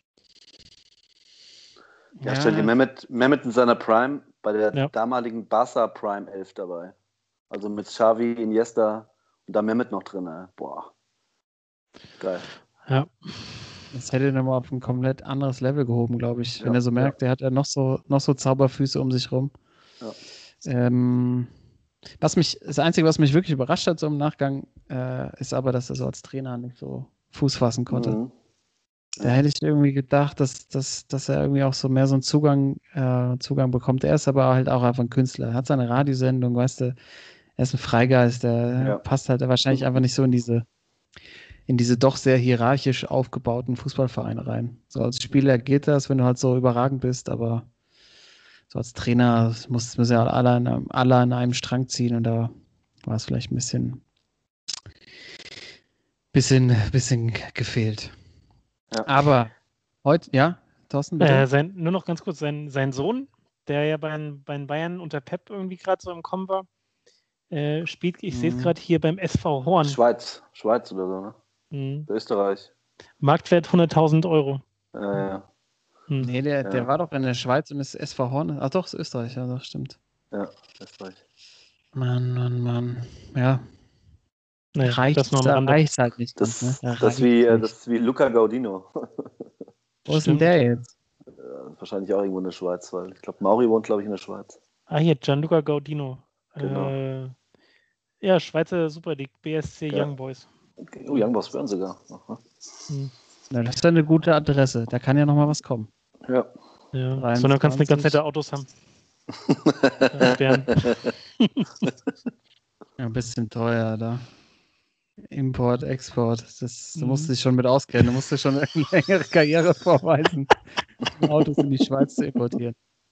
Ja, stell dir Mehmet, Mehmet in seiner Prime bei der Ja. damaligen Barca Prime elf dabei. Also mit Xavi, Iniesta und da Mehmet noch drin. Ey. Boah. Geil. Ja. Das hätte ihn nochmal auf ein komplett anderes Level gehoben, glaube ich. Wenn Ja, er so merkt, der hat ja noch so, noch so Zauberfüße um sich rum. Ja. Ähm, was mich, das Einzige, was mich wirklich überrascht hat, so im Nachgang, äh, ist aber, dass er so als Trainer nicht so Fuß fassen konnte. Mhm. Da hätte ich irgendwie gedacht, dass, dass, dass er irgendwie auch so mehr so einen Zugang, äh, Zugang bekommt. Er ist aber halt auch einfach ein Künstler. Er hat seine Radiosendung, weißt du, er ist ein Freigeist, der Ja. passt halt wahrscheinlich einfach nicht so in diese, in diese doch sehr hierarchisch aufgebauten Fußballvereine rein. So als Spieler geht das, wenn du halt so überragend bist, aber so als Trainer muss, müssen ja alle an, einem, alle an einem Strang ziehen und da war es vielleicht ein bisschen, bisschen, bisschen gefehlt. Ja. Aber heute, ja, Thorsten, bitte? Äh, sein, nur noch ganz kurz, sein, sein Sohn, der ja bei den, bei den Bayern unter Pep irgendwie gerade so im Kommen war, äh, spielt, ich Mhm. sehe es gerade hier beim S V Horn. Schweiz. Schweiz oder so, ne? Mhm. Österreich. Marktwert hunderttausend Euro. Äh, ja. Mhm. Nee, der, der Ja. war doch in der Schweiz und ist S V Horn. Ach doch, ist Österreich, ja, das stimmt. ja, Österreich. Mann, Mann, Mann. Ja, Naja, reicht das noch am Rande. reicht's halt nicht. Das, ganz, ne? das, ist wie, äh, Reicht's das ist wie Luca Gaudino. Wo ist denn Stimmt. der jetzt? Äh, wahrscheinlich auch irgendwo in der Schweiz, weil ich glaube, Mauri wohnt, glaube ich, in der Schweiz. Ah, hier, Gianluca Gaudino. Genau. Äh, ja, Schweizer Super League, B S C Ja. Young Boys. Oh, Young Boys Bern sogar. Aha. Mhm. Na, das ist ja eine gute Adresse. Da kann ja noch mal was kommen. Ja. Ja. So, dann kannst du eine ganz nette Autos haben. Ja, Bern. Ja, ein bisschen teuer da. Import, Export. Das, da Mhm. musst du dich schon mit auskennen. Da musst du schon eine längere Karriere vorweisen, um Autos in die Schweiz zu importieren.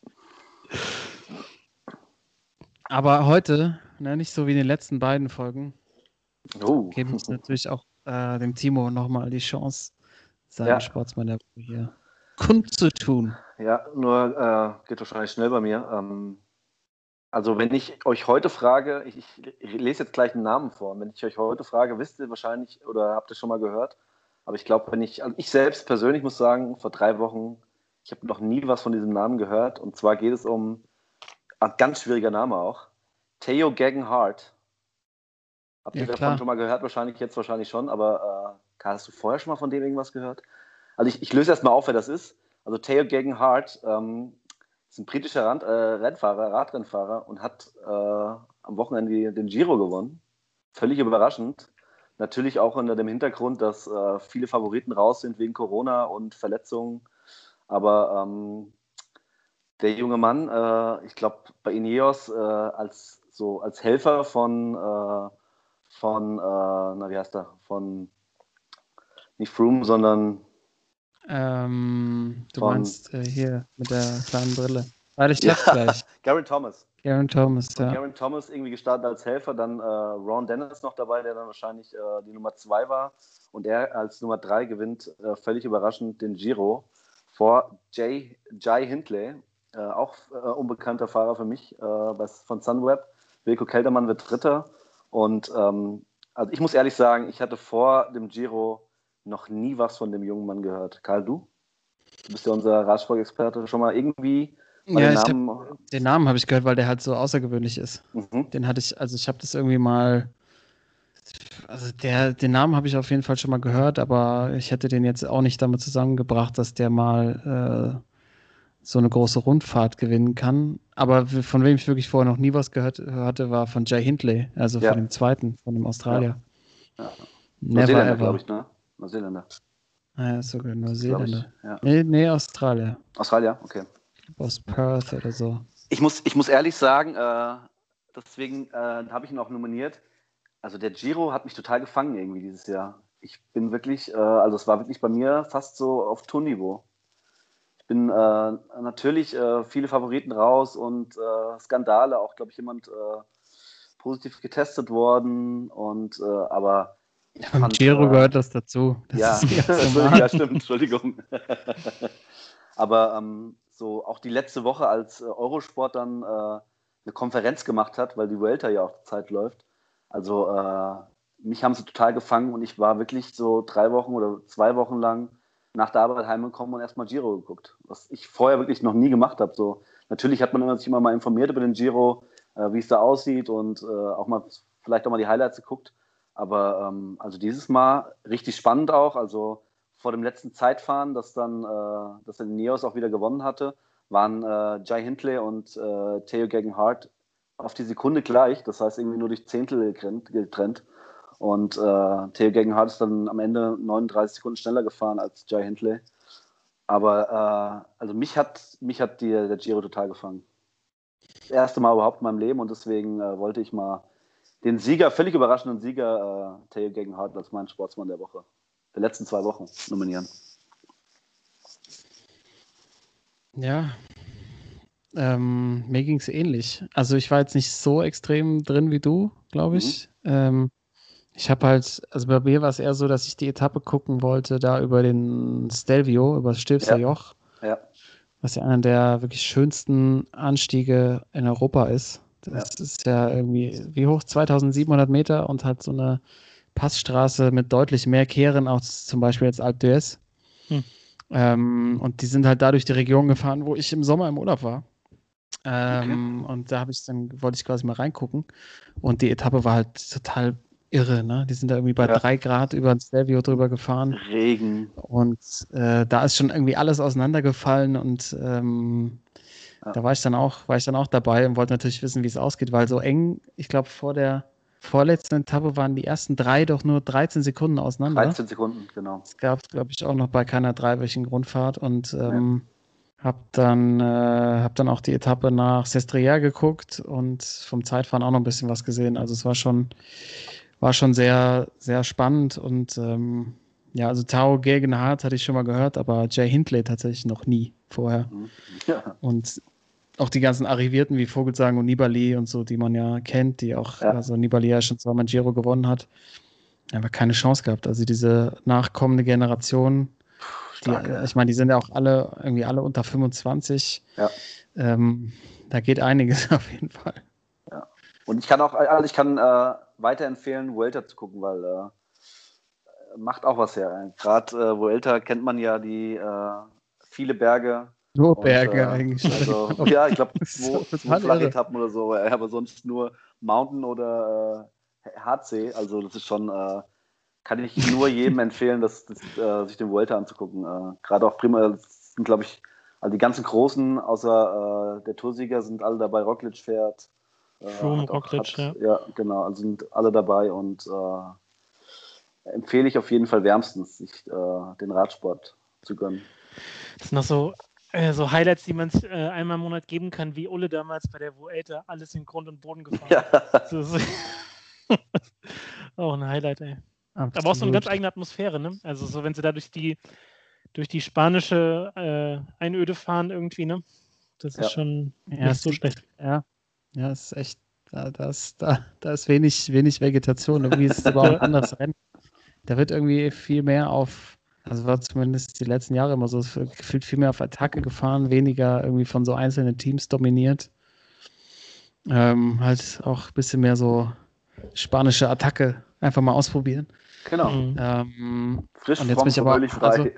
Aber heute, ne, nicht so wie in den letzten beiden Folgen, Oh. geben uns natürlich auch äh, dem Timo nochmal die Chance, seine Ja. Sportsmann der Woche hier kundzutun. Ja, nur äh, geht wahrscheinlich schnell bei mir. Ähm, also wenn ich euch heute frage, ich, ich lese jetzt gleich einen Namen vor, und wenn ich euch heute frage, wisst ihr wahrscheinlich oder habt ihr schon mal gehört, aber ich glaube, wenn ich, also ich selbst persönlich muss sagen, vor drei Wochen, ich habe noch nie was von diesem Namen gehört, und zwar geht es um, ein ganz schwieriger Name auch, Theo Gegenhardt. Habt ihr Ja, davon klar. schon mal gehört? Wahrscheinlich jetzt wahrscheinlich schon, aber äh, Karl, hast du vorher schon mal von dem irgendwas gehört? Also ich, ich löse erstmal auf, wer das ist. Also Theo Gegenhardt ähm, ist ein britischer Rand, äh, Rennfahrer, Radrennfahrer und hat äh, am Wochenende den Giro gewonnen. Völlig überraschend. Natürlich auch unter dem Hintergrund, dass äh, viele Favoriten raus sind wegen Corona und Verletzungen. Aber ähm, der junge Mann, äh, ich glaube bei Ineos äh, als, so, als Helfer von, äh, von äh, na wie heißt er, von nicht Froome, sondern Ähm, du Von- meinst äh, hier mit der kleinen Brille. Warte, ich ja, hab's gleich. Geraint Thomas. Garen Thomas, Und ja. Geraint Thomas irgendwie gestartet als Helfer, dann äh, Ron Dennis noch dabei, der dann wahrscheinlich äh, die Nummer zwei war. Und er als Nummer drei gewinnt äh, völlig überraschend den Giro vor Jay, Jai Hindley, äh, auch äh, unbekannter Fahrer für mich äh, was, von Sunweb. Wilco Keldermann wird Dritter. Und ähm, also ich muss ehrlich sagen, ich hatte vor dem Giro noch nie was von dem jungen Mann gehört. Karl, du? Du bist ja unser Radsport-Experte. Schon mal irgendwie mal Ja, den ich Namen... hab, den Namen habe ich gehört, weil der halt so außergewöhnlich ist. Mhm. Den hatte ich, also ich habe das irgendwie mal, also der, den Namen habe ich auf jeden Fall schon mal gehört, aber ich hätte den jetzt auch nicht damit zusammengebracht, dass der mal äh, so eine große Rundfahrt gewinnen kann. Aber von wem ich wirklich vorher noch nie was gehört hatte, war von Jay Hindley, also Ja. von dem zweiten, von dem Australier. Ja. Never Neuseeländer, ever. glaube ich, ne? Neuseeländer, Ah, ja, sogar glaube ich. Neuseeländer. Ja. Nee, nee, Australier. Australier, okay. Aus Perth oder so. Ich muss, ich muss ehrlich sagen, äh, deswegen äh, habe ich ihn auch nominiert. Also der Giro hat mich total gefangen irgendwie dieses Jahr. Ich bin wirklich, äh, also es war wirklich bei mir fast so auf Tourniveau. Ich bin äh, natürlich äh, viele Favoriten raus und äh, Skandale, auch glaube ich jemand äh, positiv getestet worden. Und äh, aber Ich Beim fand, Giro äh, gehört das dazu. Das ja, ist ganz Entschuldigung, normal. ja, stimmt, Entschuldigung. Aber ähm, so auch die letzte Woche, als äh, Eurosport dann äh, eine Konferenz gemacht hat, weil die Vuelta ja auch zur Zeit läuft. Also äh, mich haben sie total gefangen und ich war wirklich so drei Wochen oder zwei Wochen lang nach der Arbeit heimgekommen und erstmal Giro geguckt, was ich vorher wirklich noch nie gemacht habe. So, natürlich hat man immer, sich immer mal informiert über den Giro, äh, wie es da aussieht und äh, auch mal vielleicht auch mal die Highlights geguckt. Aber ähm, also dieses Mal richtig spannend auch. Also vor dem letzten Zeitfahren, das dann, äh, das dann Neos auch wieder gewonnen hatte, waren äh, Jai Hindley und äh, Theo Gegenhardt auf die Sekunde gleich. Das heißt irgendwie nur durch Zehntel getrennt. getrennt. Und äh, Theo Gegenhardt ist dann am Ende neununddreißig Sekunden schneller gefahren als Jai Hindley. Aber äh, also mich hat, mich hat die, der Giro total gefangen. Das erste Mal überhaupt in meinem Leben und deswegen äh, wollte ich mal den Sieger, völlig überraschenden Sieger, äh, Theo Gegenhardt als meinen Sportsmann der Woche, der letzten zwei Wochen nominieren. Ja, ähm, mir ging es ähnlich. Also ich war jetzt nicht so extrem drin wie du, glaube ich. Mhm. Ähm, ich habe halt, also bei mir war es eher so, dass ich die Etappe gucken wollte, da über den Stelvio, über das Stilfser Ja. Joch, Ja. was ja einer der wirklich schönsten Anstiege in Europa ist. Das Ja. ist ja irgendwie, wie hoch? zweitausendsiebenhundert Meter und hat so eine Passstraße mit deutlich mehr Kehren als zum Beispiel jetzt Alpe d'Huez. Hm. Ähm, und die sind halt da durch die Region gefahren, wo ich im Sommer im Urlaub war. Ähm, okay. Und da habe ich dann, wollte ich quasi mal reingucken. Und die Etappe war halt total irre, ne? Die sind da irgendwie bei ja. drei Grad über den Stelvio drüber gefahren. Regen. Und äh, da ist schon irgendwie alles auseinandergefallen und ähm, ja. da war ich dann auch, war ich dann auch dabei und wollte natürlich wissen, wie es ausgeht, weil so eng, ich glaube, vor der vorletzten Etappe waren die ersten drei doch nur dreizehn Sekunden auseinander. dreizehn Sekunden, genau. Das gab es, glaube ich, auch noch bei keiner dreiwöchigen Grundfahrt und ähm, ja. habe dann, äh, hab dann auch die Etappe nach Sestriere geguckt und vom Zeitfahren auch noch ein bisschen was gesehen. Also es war schon, war schon sehr, sehr spannend und ähm, ja, also Theo Gegenhardt hatte ich schon mal gehört, aber Jai Hindley tatsächlich noch nie vorher. Ja. Und auch die ganzen Arrivierten wie Vogelsang und Nibali und so, die man ja kennt, die auch, ja. also Nibali ja schon zweimal Giro gewonnen hat, aber keine Chance gehabt. Also diese nachkommende Generation, die, ich meine, die sind ja auch alle irgendwie alle unter fünfundzwanzig. Ja. Ähm, da geht einiges auf jeden Fall. Ja. Und ich kann auch, also ich kann äh, weiterempfehlen, Vuelta zu gucken, weil äh, macht auch was her. Gerade äh, Vuelta kennt man ja die äh, viele Berge. Nur Berge und, äh, eigentlich. Also, ja, ich glaube, zwei flache Etappen oder so, aber sonst nur Mountain oder äh, H C. Also das ist schon, äh, kann ich nur jedem empfehlen, das, das, äh, sich den Vuelta anzugucken. Äh, Gerade auch prima, das sind, glaube ich, also die ganzen Großen, außer äh, der Toursieger, sind alle dabei. Roglic fährt. Äh, Froome, Roglic, hat, ja. Ja, genau, also sind alle dabei und äh, empfehle ich auf jeden Fall wärmstens, sich äh, den Radsport zu gönnen. Das sind noch so So Highlights, die man äh, einmal im Monat geben kann, wie Ulle damals bei der Vuelta alles in Grund und Boden gefahren ja. hat. Das ist auch ein Highlight, ey. Absolut. Aber auch so eine ganz eigene Atmosphäre, ne? Also so, wenn sie da durch die, durch die spanische äh, Einöde fahren irgendwie, ne? Das ist ja. schon ja, nicht so schlecht. Ja, ja, es ist echt, da, da, ist, da, da ist wenig, wenig Vegetation. Irgendwie ist es aber auch ein anderes Rennen. Da wird irgendwie viel mehr auf Also war zumindest die letzten Jahre immer so, gefühlt viel mehr auf Attacke gefahren, weniger irgendwie von so einzelnen Teams dominiert. Ähm, halt auch ein bisschen mehr so spanische Attacke einfach mal ausprobieren. Genau. Ähm, Frisch, und jetzt bin ich aber frei.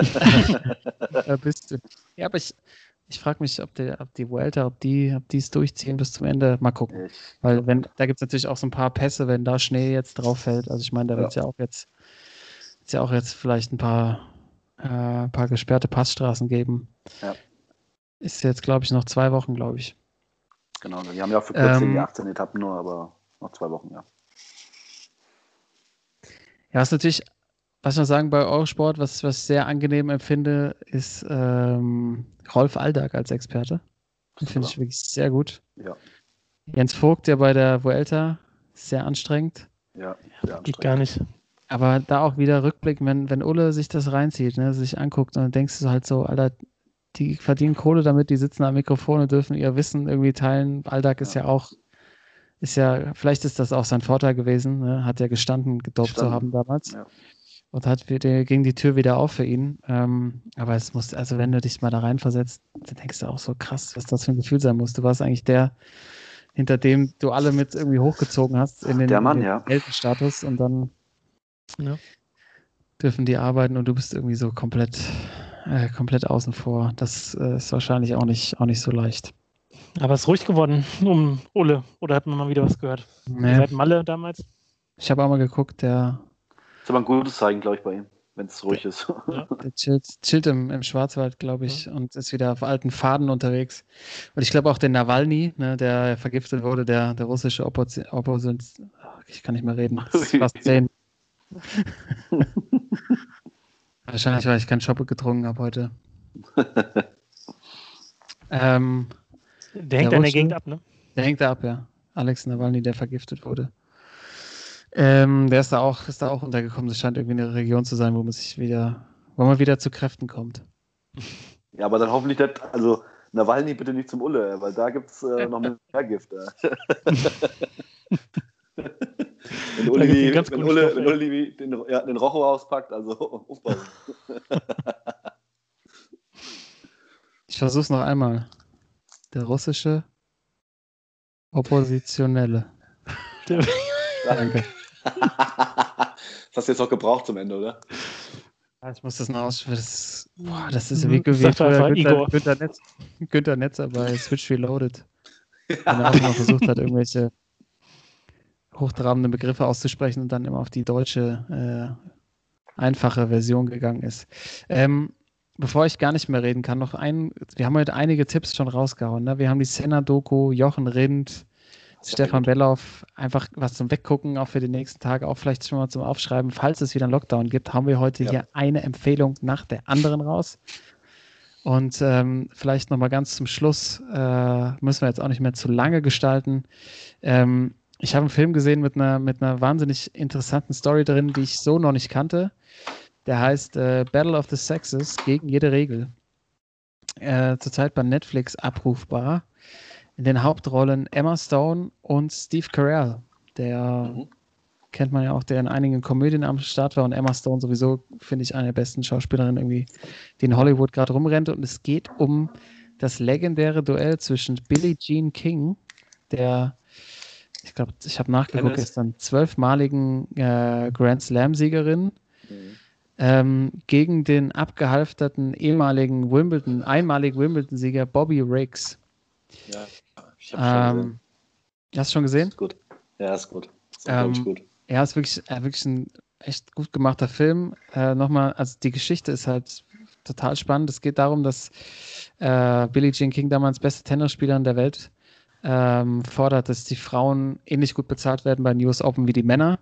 Also, bist du. Ja, aber ich, ich frage mich, ob, der, ob die Vuelta, ob die ob die es durchziehen bis zum Ende. Mal gucken. Ich, Weil wenn da gibt es natürlich auch so ein paar Pässe, wenn da Schnee jetzt drauf fällt. Also ich meine, da wird es ja. ja auch jetzt Ist ja auch jetzt vielleicht ein paar, äh, paar gesperrte Passstraßen geben. Ja. Ist jetzt, glaube ich, noch zwei Wochen, glaube ich. Genau, die haben ja auch für kurz ähm, die achtzehn Etappen nur, aber noch zwei Wochen, ja. Ja, was natürlich, was ich noch sagen bei Eurosport, was, was ich sehr angenehm empfinde, ist ähm, Rolf Aldag als Experte. Den finde ich wirklich sehr gut. Ja. Jens Vogt, der bei der Vuelta, sehr anstrengend. Ja, sehr anstrengend. Geht gar nicht. Aber da auch wieder Rückblick, wenn, wenn Ulle sich das reinzieht, ne, sich anguckt und dann denkst du halt so, Alter, die verdienen Kohle damit, die sitzen am Mikrofon und dürfen ihr Wissen irgendwie teilen. Aldag ist ja, ja auch, ist ja, vielleicht ist das auch sein Vorteil gewesen, ne? Hat ja gestanden, gedopt zu Gestanden. haben damals. Ja. Und hat wieder, ging die Tür wieder auf für ihn. Ähm, aber es muss, also wenn du dich mal da reinversetzt, dann denkst du auch so krass, was das für ein Gefühl sein muss. Du warst eigentlich der, hinter dem du alle mit irgendwie hochgezogen hast in den, Der Mann, in den ja. Heldenstatus und dann Ja. dürfen die arbeiten und du bist irgendwie so komplett, äh, komplett außen vor. Das äh, ist wahrscheinlich auch nicht, auch nicht so leicht. Aber es ist ruhig geworden um Ulle. Oder hat man mal wieder was gehört? Nee. Ihr seid Malle damals? Ich habe auch mal geguckt, der, Das ist aber ein gutes Zeichen, glaube ich, bei ihm, wenn es ruhig ist. Ja. der chillt, chillt im, im Schwarzwald, glaube ich, und ist wieder auf alten Faden unterwegs. Und ich glaube auch der Nawalny, ne, der vergiftet wurde, der, der russische Opposition, Opposition, ich kann nicht mehr reden, es ist fast zehn. Wahrscheinlich, weil ich keinen Schoppe getrunken habe heute. ähm, Der hängt Der an der Russe? Gegend ab, ne? der hängt da ab, ja. Alex Nawalny, der vergiftet wurde. Ähm, der ist da auch, ist da auch untergekommen. Das scheint irgendwie eine Region zu sein, wo man sich wieder, wo man wieder zu Kräften kommt. Ja, aber dann hoffentlich nicht, also Nawalny bitte nicht zum Ulle, weil da gibt es äh, noch mehr Gift. Äh. wenn Uli, Da gibt's einen ganz wenn guten Ulle, Stoff, wenn ey. Uli den, ja, den Rocho auspackt, also aufpassen. Ich versuch's noch einmal. Der russische Oppositionelle. Danke. Das hast du jetzt auch gebraucht zum Ende, oder? Ja, ich muss das noch aussprechen. Das, boah, das ist Mhm. wie, wie Sag doch früher einfach Günther, Igor. Günther, Netz, Günther Netzer bei Switch Reloaded. Wenn er auch immer versucht hat, irgendwelche hochtrabenden Begriffe auszusprechen und dann immer auf die deutsche äh, einfache Version gegangen ist. Ähm, bevor ich gar nicht mehr reden kann, noch ein, wir haben heute einige Tipps schon rausgehauen. Ne? Wir haben die Senna-Doku, Jochen Rindt, Stefan Belloff, einfach was zum Weggucken, auch für die nächsten Tage, auch vielleicht schon mal zum Aufschreiben. Falls es wieder einen Lockdown gibt, haben wir heute Ja. hier eine Empfehlung nach der anderen raus. Und ähm, vielleicht nochmal ganz zum Schluss, äh, müssen wir jetzt auch nicht mehr zu lange gestalten. Ähm, ich habe einen Film gesehen mit einer, mit einer wahnsinnig interessanten Story drin, die ich so noch nicht kannte. Der heißt äh, Battle of the Sexes, gegen jede Regel. Äh, zurzeit bei Netflix abrufbar. In den Hauptrollen Emma Stone und Steve Carell. Der Mhm. kennt man ja auch, der in einigen Komödien am Start war. Und Emma Stone sowieso, finde ich, eine der besten Schauspielerinnen irgendwie, die in Hollywood gerade rumrennt. Und es geht um das legendäre Duell zwischen Billie Jean King, der, ich glaube, ich habe nachgeguckt, Tennis. gestern zwölfmaligen äh, Grand Slam-Siegerin, Mhm. ähm, gegen den abgehalfterten ehemaligen Wimbledon, einmaligen Wimbledon-Sieger Bobby Riggs. Ja, ich habe schon Ähm, hast du schon gesehen? Ist gut. Ja, ist gut. Ist Ähm, unglaublich gut. Ja, ist wirklich, äh, wirklich ein echt gut gemachter Film. Äh, nochmal, also die Geschichte ist halt total spannend. Es geht darum, dass äh, Billie Jean King, damals beste Tennisspielerin der Welt, ähm, fordert, dass die Frauen ähnlich gut bezahlt werden bei den U S Open wie die Männer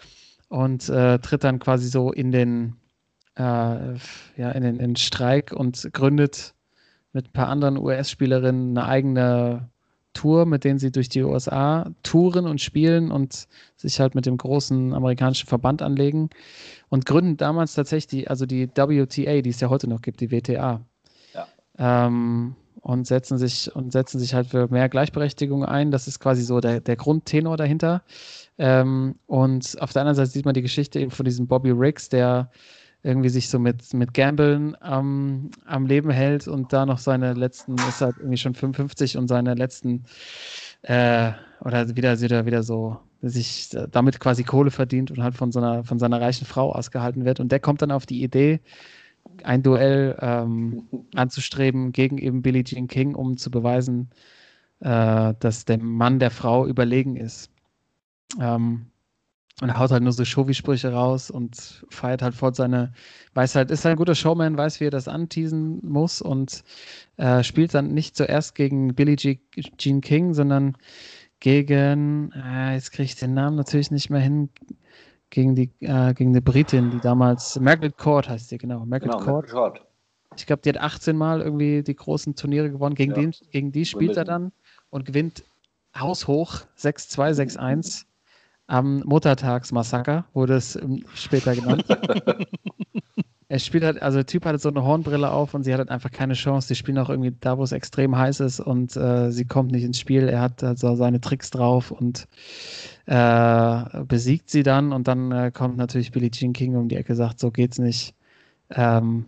und äh, tritt dann quasi so in den, äh, ja, in den, in den Streik und gründet mit ein paar anderen U S-Spielerinnen eine eigene Tour, mit denen sie durch die U S A touren und spielen und sich halt mit dem großen amerikanischen Verband anlegen und gründen damals tatsächlich die, also die W T A, die es ja heute noch gibt, die W T A. Ja. Ähm, und setzen sich und setzen sich halt für mehr Gleichberechtigung ein. Das ist quasi so der, der Grundtenor dahinter. Ähm, und auf der anderen Seite sieht man die Geschichte eben von diesem Bobby Riggs, der irgendwie sich so mit, mit Gambeln am, am Leben hält und da noch seine letzten, ist halt irgendwie schon fünfundfünfzig und seine letzten äh, oder wieder, wieder, wieder so sich damit quasi Kohle verdient und halt von so einer, von seiner reichen Frau ausgehalten wird. Und der kommt dann auf die Idee, ein Duell ähm, anzustreben gegen eben Billie Jean King, um zu beweisen, äh, dass der Mann der Frau überlegen ist. Ähm, Und er haut halt nur so Showy-Sprüche raus und feiert halt fort seine, weiß halt, ist halt ein guter Showman, weiß, wie er das anteasen muss und äh, spielt dann nicht zuerst gegen Billie G- Jean King, sondern gegen, äh, jetzt kriege ich den Namen natürlich nicht mehr hin, gegen die, äh, gegen eine Britin, die damals, Margaret Court heißt sie, genau, Margaret Genau, Court. Margaret Court. Ich glaube, die hat achtzehn Mal irgendwie die großen Turniere gewonnen. Gegen, Ja. den, gegen die spielt er Wimbledon. dann und gewinnt haushoch sechs zwei, sechs eins. Am Muttertagsmassaker wurde es ähm, später genannt. er spielt halt, also der Typ hatte so eine Hornbrille auf und sie hat halt einfach keine Chance. Die spielen auch irgendwie da, wo es extrem heiß ist und äh, sie kommt nicht ins Spiel. Er hat also seine Tricks drauf und äh, besiegt sie dann und dann äh, kommt natürlich Billie Jean King um die Ecke, sagt, so geht's nicht. Ähm,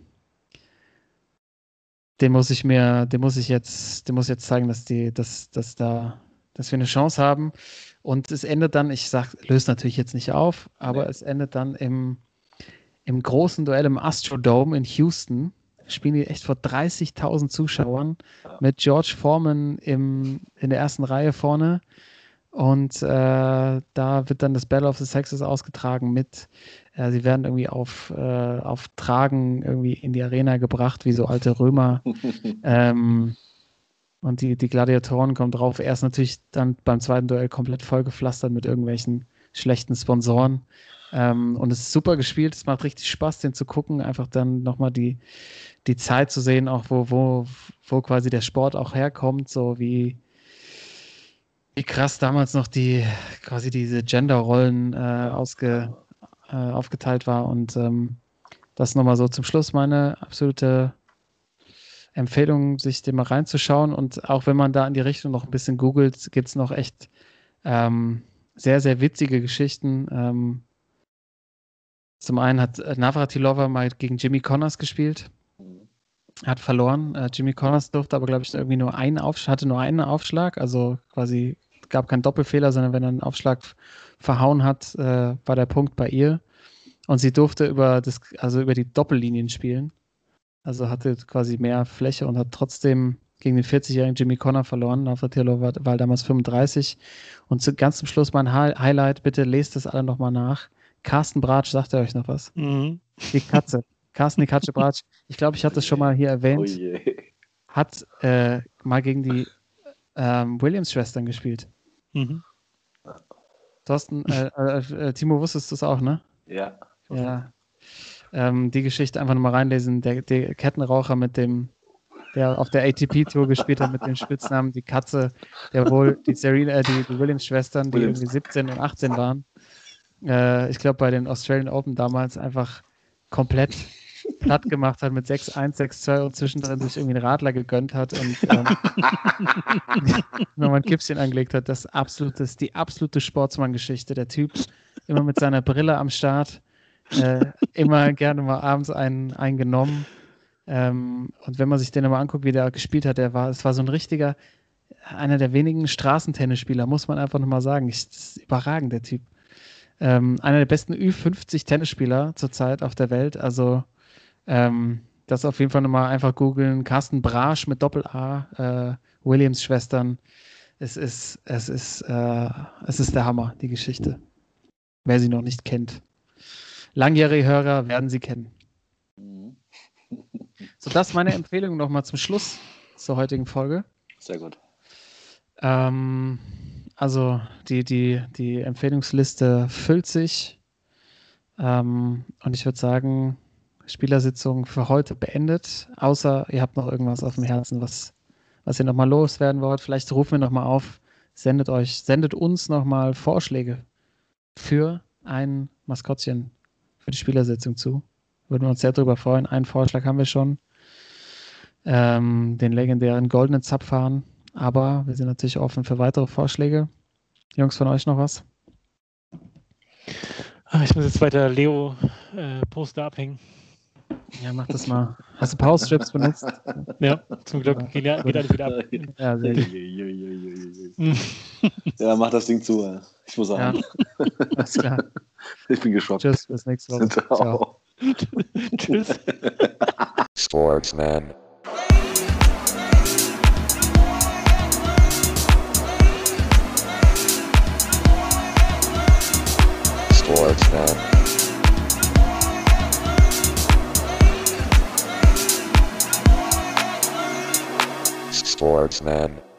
den muss ich mir, den muss ich jetzt, den muss ich jetzt zeigen, dass die, dass, dass da, dass wir eine Chance haben. Und es endet dann, ich sag, löst natürlich jetzt nicht auf, aber Nee. es endet dann im Im großen Duell im Astrodome in Houston spielen die echt vor dreißigtausend Zuschauern mit George Foreman im, in der ersten Reihe vorne. Und äh, da wird dann das Battle of the Sexes ausgetragen mit, äh, sie werden irgendwie auf, äh, auf Tragen irgendwie in die Arena gebracht, wie so alte Römer. ähm, und die, die Gladiatoren kommen drauf. Er ist natürlich dann beim zweiten Duell komplett vollgepflastert mit irgendwelchen schlechten Sponsoren. Ähm, und es ist super gespielt, es macht richtig Spaß, den zu gucken, einfach dann nochmal die, die Zeit zu sehen, auch wo, wo, wo quasi der Sport auch herkommt, so wie, wie krass damals noch die, quasi diese Genderrollen äh, ausge, äh, aufgeteilt war. Und ähm, das nochmal so zum Schluss meine absolute Empfehlung, sich dem mal reinzuschauen. Und auch wenn man da in die Richtung noch ein bisschen googelt, gibt es noch echt ähm, sehr, sehr witzige Geschichten. Ähm, Zum einen hat Navratilova mal gegen Jimmy Connors gespielt, hat verloren. Äh, Jimmy Connors durfte aber, glaube ich, irgendwie nur einen Aufschlag, hatte nur einen Aufschlag, also quasi gab keinen Doppelfehler, sondern wenn er einen Aufschlag verhauen hat, äh, war der Punkt bei ihr. Und sie durfte über das, also über die Doppellinien spielen. Also hatte quasi mehr Fläche und hat trotzdem gegen den vierzigjährigen Jimmy Connor verloren. Navratilova war, war damals fünfunddreißig. Und zu, ganz zum Schluss mein Hi- Highlight, bitte lest das alle nochmal nach. Carsten Bratsch, sagt er euch noch was? Mhm. Die Katze. Carsten die Katze Bratsch. Ich glaube, ich hatte das schon mal hier Oh erwähnt. je. Hat äh, mal gegen die ähm, Williams-Schwestern gespielt. Mhm. Thorsten, äh, äh, äh, Timo, wusstest du es auch, ne? Ja. Ja. Ähm, die Geschichte einfach nochmal reinlesen. Der, der Kettenraucher mit dem, der auf der A T P-Tour gespielt hat mit dem Spitznamen Die Katze, der wohl die, Serena, äh, die, die Williams-Schwestern, die Williams. irgendwie siebzehn und achtzehn waren, äh, ich glaube bei den Australian Open damals einfach komplett platt gemacht hat mit sechs eins, sechs zwei und zwischendrin sich irgendwie einen Radler gegönnt hat und ähm, nochmal ein Kippchen angelegt hat. Das, absolut, das ist die absolute Sportsmann-Geschichte. Der Typ immer mit seiner Brille am Start, äh, immer gerne mal abends einen, einen genommen. Ähm, und wenn man sich den mal anguckt, wie der gespielt hat, der war, es war so ein richtiger, einer der wenigen Straßentennisspieler, muss man einfach nochmal sagen. Ich, das ist überragend, der Typ. Ähm, einer der besten Ü fünfzig Tennisspieler zurzeit auf der Welt. Also ähm, das auf jeden Fall nochmal einfach googeln. Carsten Bratsch mit Doppel-A, äh, Williams-Schwestern. Es ist, es ist, äh, es ist der Hammer, die Geschichte. Wer sie noch nicht kennt. Langjährige Hörer werden sie kennen. So, das ist meine Empfehlung nochmal zum Schluss zur heutigen Folge. Sehr gut. Ähm, also die, die, die Empfehlungsliste füllt sich. Ähm, und ich würde sagen, Spielersitzung für heute beendet. Außer ihr habt noch irgendwas auf dem Herzen, was, was ihr nochmal loswerden wollt. Vielleicht rufen wir nochmal auf, sendet euch, sendet uns nochmal Vorschläge für ein Maskottchen für die Spielersitzung zu. Würden wir uns sehr darüber freuen. Einen Vorschlag haben wir schon. Ähm, den legendären goldenen Zapfhahn. Aber wir sind natürlich offen für weitere Vorschläge. Jungs, von euch noch was? Ach, ich muss jetzt weiter Leo-Poster äh, abhängen. Ja, mach das mal. Hast du Pause-Strips benutzt? Ja, zum Glück geht, geht alles wieder ab. Ja, sehr gut. Ja, mach das Ding zu. Ich muss sagen. Ja. Alles klar. Ich bin geschockt. Tschüss, bis nächste Woche. Ciao. Tschüss. Sportsman. Sportsman. Sportsman.